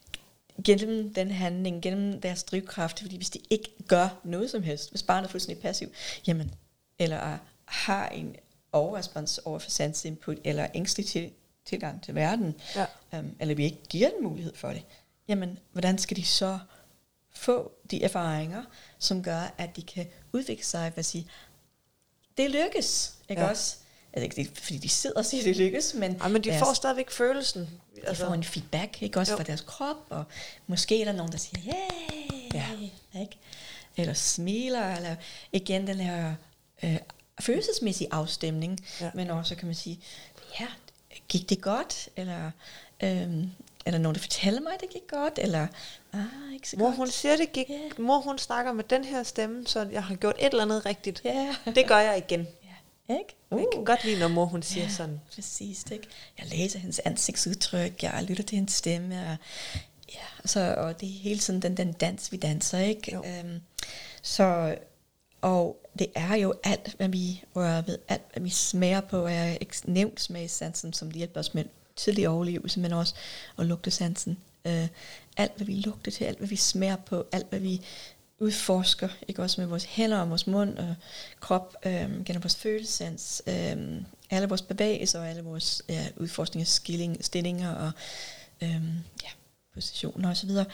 gennem den handling, gennem deres drivkraft, fordi hvis de ikke gør noget som helst, hvis barnet er fuldstændig passiv, jamen, eller har en overrespons over for sanseinput, eller ængstelig til, tilgang til verden, ja. øhm, eller vi ikke giver den mulighed for det, jamen, hvordan skal de så få de erfaringer, som gør, at de kan udvikle sig, hvad sige, det lykkes, ikke ja. også? Altså ikke det, fordi de sidder og siger, det lykkes, men... Ja, men de deres, får stadigvæk følelsen. De altså. får en feedback, ikke også, jo. fra deres krop, og måske er der nogen, der siger, yeah, ja. ikke? Eller smiler, eller igen den her øh, følelsesmæssige afstemning, ja. men også kan man sige, ja, gik det godt, eller... Øh, eller nogen, der fortæller mig, at det gik godt, eller ah, ikke så mor, godt. hun siger, det gik. Yeah. Mor, hun snakker med den her stemme, så jeg har gjort et eller andet rigtigt. Yeah. Det gør jeg igen. Yeah. Ikke? Uh. Jeg kan godt lide, når mor, hun siger yeah. sådan. Præcis, ikke? Jeg læser hendes ansigtsudtryk, jeg lytter til hendes stemme, og, ja, så, og det er hele tiden den, den dans, vi danser, ikke? Um, så, og det er jo alt, hvad vi rører ved, alt, hvad vi smager på, er nævnt smagssansen, som hjælper os med tidlig overlevelse, men også at lugtesansen, Øh, alt, hvad vi lugter til, alt, hvad vi smager på, alt, hvad vi udforsker, ikke også med vores hænder og vores mund og krop, øh, gennem vores følelsesans, øh, alle vores bevægelser og alle vores ja, udforskninger, skilling, stillinger og øh, ja, positioner og så videre.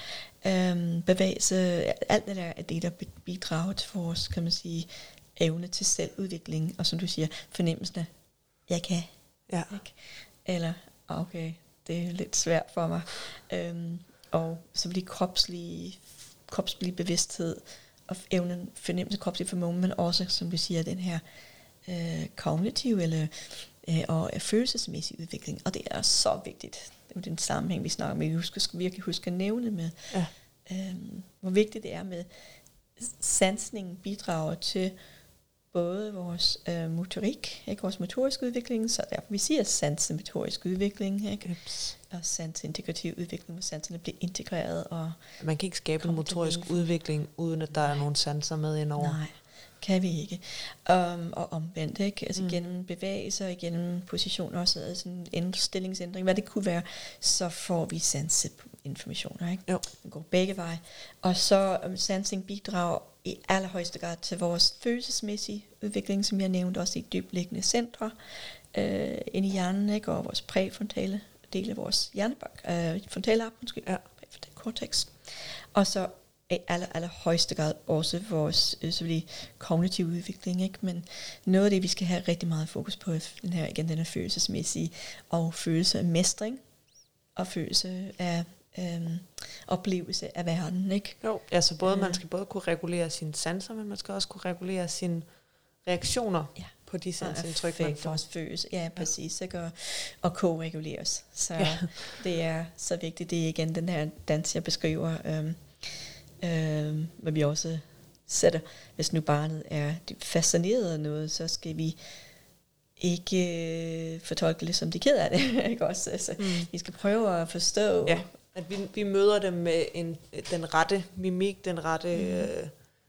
Øh, bevægelse, alt det der er det, der bidrager til vores, kan man sige, evne til selvudvikling, og som du siger, fornemmelsen af, jeg kan, Ja. ikke? Eller, okay, det er lidt svært for mig. Øhm, og så bliver kropslige, kropslig bevidsthed og evnen, fornemmelse kropslig formåen, men også, som du siger, den her øh, kognitive eller øh, og følelsesmæssig udvikling. Og det er så vigtigt. Det er jo den sammenhæng, vi snakker om. Vi skal virkelig huske at nævne med, Ja. øhm, hvor vigtigt det er med sansningen bidrager til både vores øh, motorik, ikke, vores motoriske udvikling, så derfor vi siger sansemotorisk udvikling, ikke, Yps. og sansintegrativ udvikling, hvor sanserne bliver integreret. Og Man kan ikke skabe en Kom motorisk til udvikling, uden at der er nogle sanser med indover. nej, kan vi ikke. Um, og omvendt, ikke? Altså Mm. gennem bevægelser, gennem positioner, også altså en stillingsændring, hvad det kunne være, så får vi sanseinformationer, ikke? Jo. Det går begge veje. Og så um, sansing bidrager i allerhøjeste grad til vores følelsesmæssige udvikling, som jeg nævnte også i dybliggende centre, øh, inde i hjernen, ikke? Og vores præfrontale del af vores hjernebank, øh, frontallappen, undskyld, Ja. præfrontal cortex. Og så i aller, aller højeste grad også vores øh, selvfølgelig kognitive udvikling, ikke? Men noget af det, vi skal have rigtig meget fokus på, er den her, igen, den her følelsesmæssige, og følelse af mestring, og følelse af øhm, oplevelse af verden, ikke? Jo, altså både, Øh. man skal både kunne regulere sine sanser, men man skal også kunne regulere sine reaktioner Ja. på de Og sansindtryk, man affekt, får. vores følelse, ja, præcis, ikke? Og, og ko-reguleres. Så Ja. det er så vigtigt. Det er igen den her dans, jeg beskriver, øhm, øhm, men vi også sætter, hvis nu barnet er fascineret af noget, så skal vi ikke øh, fortolke det, som de er ked af det. Ikke også? Altså, Mm. vi skal prøve at forstå. Ja, at vi, vi møder dem med en, den rette mimik, den rette... Mm. Øh,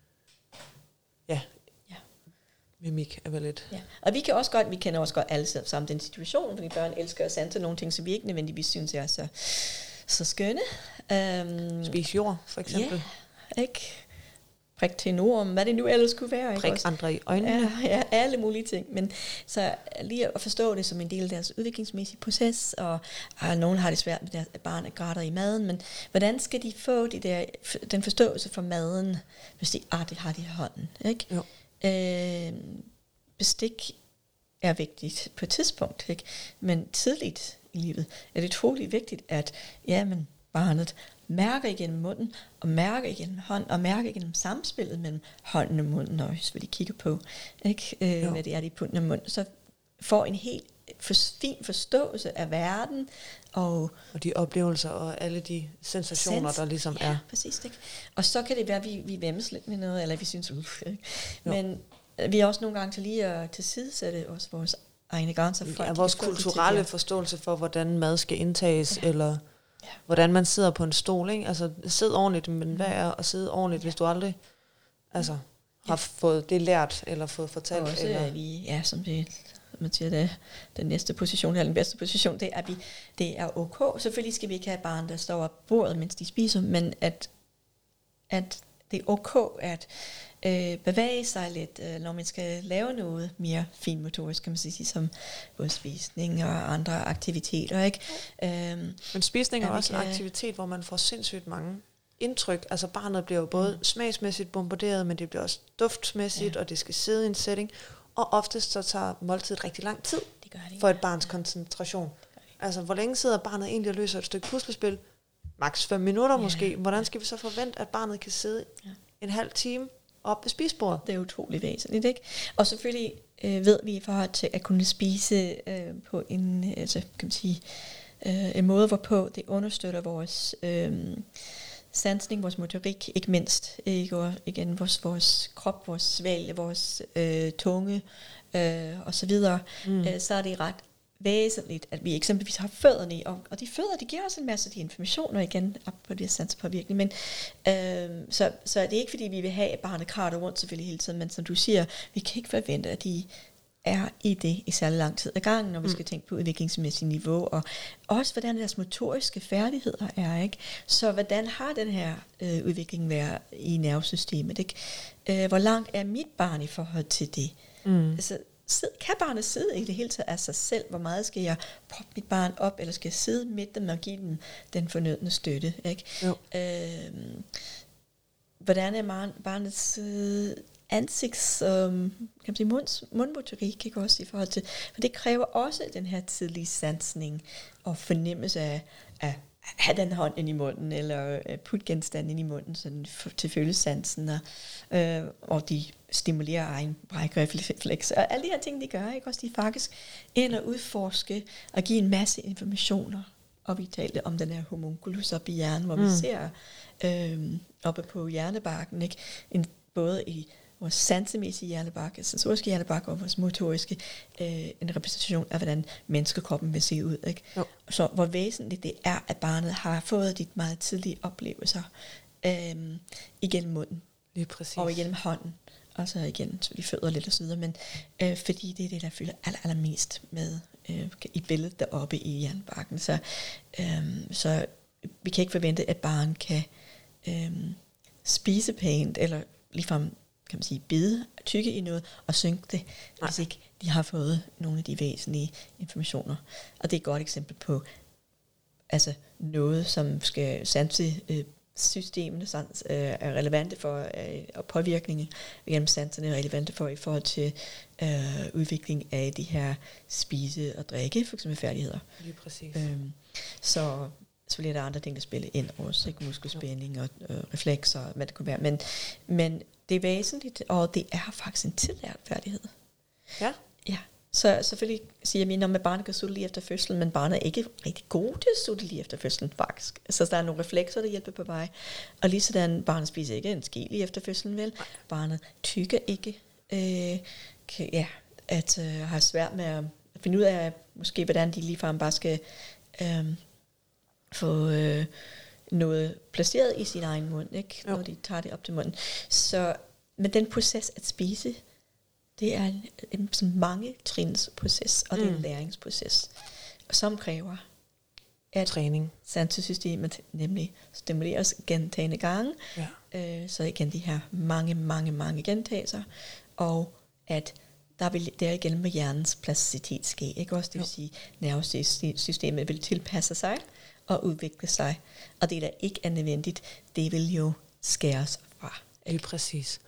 ja. Ja. Mimik er vel lidt... Ja. Og vi kan også godt, vi kender også godt alle sammen den situation, fordi børn elsker at sanse nogle ting, som vi ikke nødvendigvis synes er så, så skønne. Um, Spis jord, for eksempel. Ja, ikke? Prik til en orm, hvad det nu ellers kunne være. Ikke Prik også? andre i øjnene. Ja, ja, alle mulige ting. Men så lige at forstå det som en del af deres udviklingsmæssige proces, og ah, nogen har det svært med deres barn er græder i maden, men hvordan skal de få de der, den forståelse for maden, hvis de ah, det har de i hånden, ikke? Jo. Øh, bestik er vigtigt på et tidspunkt, ikke? Men tidligt i livet er det utroligt vigtigt, at ja, men barnet mærker igennem munden, og mærker igennem hånden, og mærker igennem samspillet mellem hånden og munden, og hvad de kigger på, ikke? Øh, hvad det er, de putter i munden, så får en helt for, fin forståelse af verden, og, Og de oplevelser og alle de sensationer, Sens- der ligesom ja, er. præcis, ikke? Og så kan det være, at vi, vi væmmes lidt med noget, eller vi synes, uff, ikke? Jo. Men øh, vi er også nogle gange til lige at tilsidesætte også vores egne grænser. For Ja, at vores de kan få det til kulturelle at- forståelse for, hvordan mad skal indtages, Ja. eller Ja. hvordan man sidder på en stol. Ikke? Altså, sid ordentligt, men hvad er at sidde ordentligt, hvis du aldrig altså, har fået det lært, eller fået fortalt? Og også, eller? at vi, ja, som det, man siger, det, den næste position, eller den bedste position, det er, at vi, det er ok. Selvfølgelig skal vi ikke have et barn, der står op bordet, mens de spiser, men at, at det er ok at øh, bevæge sig lidt, øh, når man skal lave noget mere finmotorisk, kan man sige, som både spisning og andre aktiviteter, ikke? Øhm, Men spisning er Ja, vi også en kan- aktivitet, hvor man får sindssygt mange indtryk. Altså barnet bliver jo både mm. smagsmæssigt bombarderet, men det bliver også duftmæssigt, Ja. og det skal sidde i en setting. Og oftest så tager måltidet rigtig lang tid det gør det. for et barns koncentration. Altså, hvor længe sidder barnet egentlig og løser et stykke puslespil? Maks fem minutter Ja. måske. Hvordan skal vi så forvente, at barnet kan sidde Ja. en halv time op ved spisbordet? Det er utrolig væsentligt, ikke? Og selvfølgelig øh, ved vi i forhold til at kunne spise øh, på en, altså, kan man sige, øh, en måde, hvorpå det understøtter vores øh, sansning, vores motorik, ikke mindst, ikke? Og igen vores, vores krop, vores svalg, vores øh, tunge øh, og så videre, mm. øh, så er det ret væsentligt, at vi eksempelvis har fødderne i, og, og de fødder, de giver os en masse af de informationer igen op på det sanspåvirkning, men øh, så, så det er ikke fordi, vi vil have, at barnet kratter rundt selvfølgelig hele tiden, men som du siger, vi kan ikke forvente, at de er i det i særlig lang tid ad gangen, når vi skal mm. tænke på udviklingsmæssigt niveau, og også hvordan deres motoriske færdigheder er, ikke? Så hvordan har den her øh, udvikling været i nervesystemet, ikke? Øh, hvor langt er mit barn i forhold til det? Mm. Altså, sid, kan barnet sidde i det hele taget af sig selv? Hvor meget skal jeg proppe mit barn op, eller skal jeg sidde midt dem og give dem den fornødne støtte, ikke? Øh, hvordan er barnets øh, ansigts, øhm, kan man sige, munds, mundmotorik, ikke også i forhold til, for det kræver også den her tidlige sansning og fornemmelse af at have den hånd ind i munden, eller putte genstanden ind i munden, sådan for, til følesansen, og, øh, og de stimulerer egen brækrefleks, og alle de her ting, de gør, ikke også, de faktisk ind og udforske, og give en masse informationer, og vi talte om den her homunculus op i hjernen, hvor mm. vi ser øh, oppe på hjernebarken, ikke, en, både i vores sansemæssige hjernebark, sensoriske hjernebark og vores motoriske, øh, en repræsentation af, hvordan menneskekroppen vil se ud. Ikke? Så hvor væsentligt det er, at barnet har fået de meget tidlige oplevelser øh, igennem munden. Lige præcis. Og igennem hånden. Og så igen, så de fødder lidt og så videre, men øh, fordi det er det, der fylder aller, allermest med øh, i billedet deroppe i hjernebarken. Så, øh, så vi kan ikke forvente, at barn kan øh, spise pænt, eller ligefrem kan man sige, bide, tykke i noget og synke det, Nej. hvis ikke de har fået nogle af de væsentlige informationer. Og det er et godt eksempel på altså noget, som skal sanse øh, systemene sans, øh, er relevante for, øh, og påvirkningen gennem sanserne er relevante for i forhold til øh, udvikling af de her spise- og drikke, for eksempel færdigheder. Lige præcis. Øhm, så selvfølgelig er der andre ting, der spiller ind også, ikke? Muskelspænding og øh, reflekser, hvad det kunne være, men, men det er væsentligt, og det er faktisk en tillært færdighed. Ja. Ja. Så selvfølgelig siger jeg, at barnet kan sutte lige efter fødslen, men barnet er ikke rigtig god til at sutte lige efter fødslen, faktisk. Så der er nogle reflekser, der hjælper på vej. Og lige sådan, barnet spiser ikke en ske lige efter fødslen, vel? Nej. Barnet tykker ikke. Øh, kan, ja, at øh, har svært med at finde ud af, måske hvordan de ligefrem bare skal øh, få øh, noget placeret i sin egen mund, ikke? Når de tager det op til munden. Så, men den proces at spise, det er en, en sådan mange trins proces, og mm. det er en læringsproces, som kræver at træning. Sansesystemet nemlig stimuleres gentagende gange, ja. øh, så igen de her mange, mange, mange gentagelser, og at der vil derigennem med hjernens plasticitet ske, ikke også? Det vil jo. sige, nervesystemet vil tilpasse sig og udvikle sig, og det der ikke er nødvendigt, det vil jo skæres fra. Lige præcis.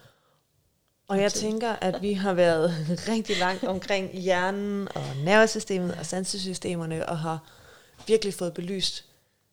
Og jeg tænker, at vi har været rigtig langt omkring hjernen og nervesystemet og sansesystemerne, og har virkelig fået belyst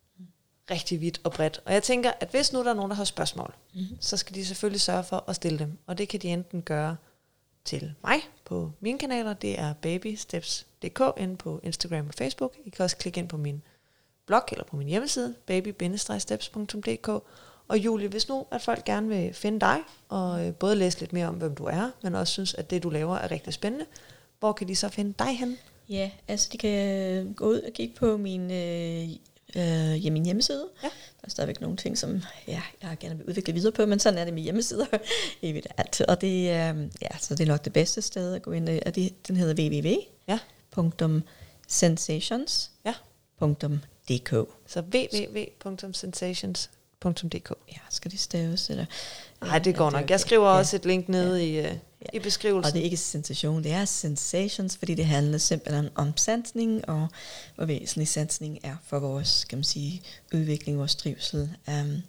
rigtig vidt og bredt. Og jeg tænker, at hvis nu der er nogen, der har spørgsmål, mm-hmm. så skal de selvfølgelig sørge for at stille dem. Og det kan de enten gøre til mig på mine kanaler, det er babysteps punktum d k inde på Instagram og Facebook. I kan også klikke ind på min blog eller på min hjemmeside, baby steps punktum d k. Og Julie, hvis nu at folk gerne vil finde dig, og øh, både læse lidt mere om, hvem du er, men også synes, at det du laver er rigtig spændende, hvor kan de så finde dig hen? Ja, altså de kan gå ud og kigge på min, øh, øh, ja, min hjemmeside. Ja. Der er stadigvæk nogle ting, som ja, jeg gerne vil udvikle videre på, men sådan er det med hjemmesider. Jeg ved det altid. Og det, øh, ja, så det er nok det bedste sted at gå ind. Og det, den hedder w w w punktum sensations punktum d k. Så w w w punktum sensations punktum d k. Ja, skal det staves? Eller? Nej, det går ja, nok. Okay. Jeg skriver ja. også et link nede ja. i, uh, ja. i beskrivelsen. Og det er ikke sensation, det er sensations, fordi det handler simpelthen om sansning, og hvor væsentlig sansning er for vores, kan man sige, udvikling, vores trivsel, um,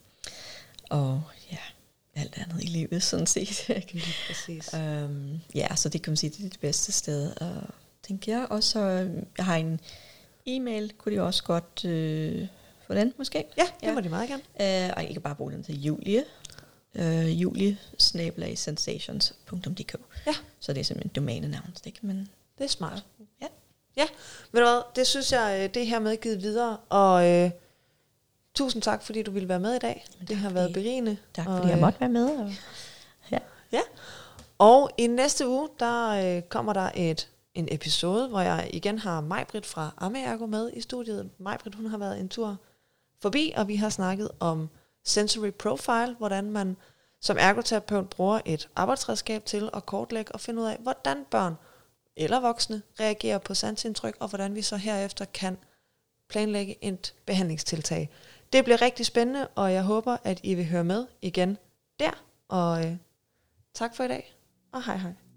og ja, alt andet i livet, sådan set. Lige præcis. Um, ja, så det kan man sige, det er det bedste sted, og tænker jeg. Og så, jeg har en e-mail, kunne de også godt øh, få den, måske? Ja, det ja. må de meget gerne. Uh, og ikke bare bruge den til Julie. Uh, Julie snabel-a sensations punktum d k. Ja. Så det er simpelthen domænenavn, ikke? Men det er smart. Ja. Ja, ved du hvad, det synes jeg, det her med givet videre, og øh, tusind tak, fordi du ville være med i dag. Jamen, det har fordi, været berigende. Tak, fordi og, jeg måtte være med. Og, ja. ja. Og i næste uge, der øh, kommer der et en episode, hvor jeg igen har Majbrit fra Amme-Ergo med i studiet. Majbrit, hun har været en tur forbi, og vi har snakket om sensory profile, hvordan man som ergoterapeut bruger et arbejdsredskab til at kortlægge og finde ud af, hvordan børn eller voksne reagerer på sansindtryk, og hvordan vi så herefter kan planlægge et behandlingstiltag. Det bliver rigtig spændende, og jeg håber, at I vil høre med igen der. Og øh, tak for i dag, og hej hej.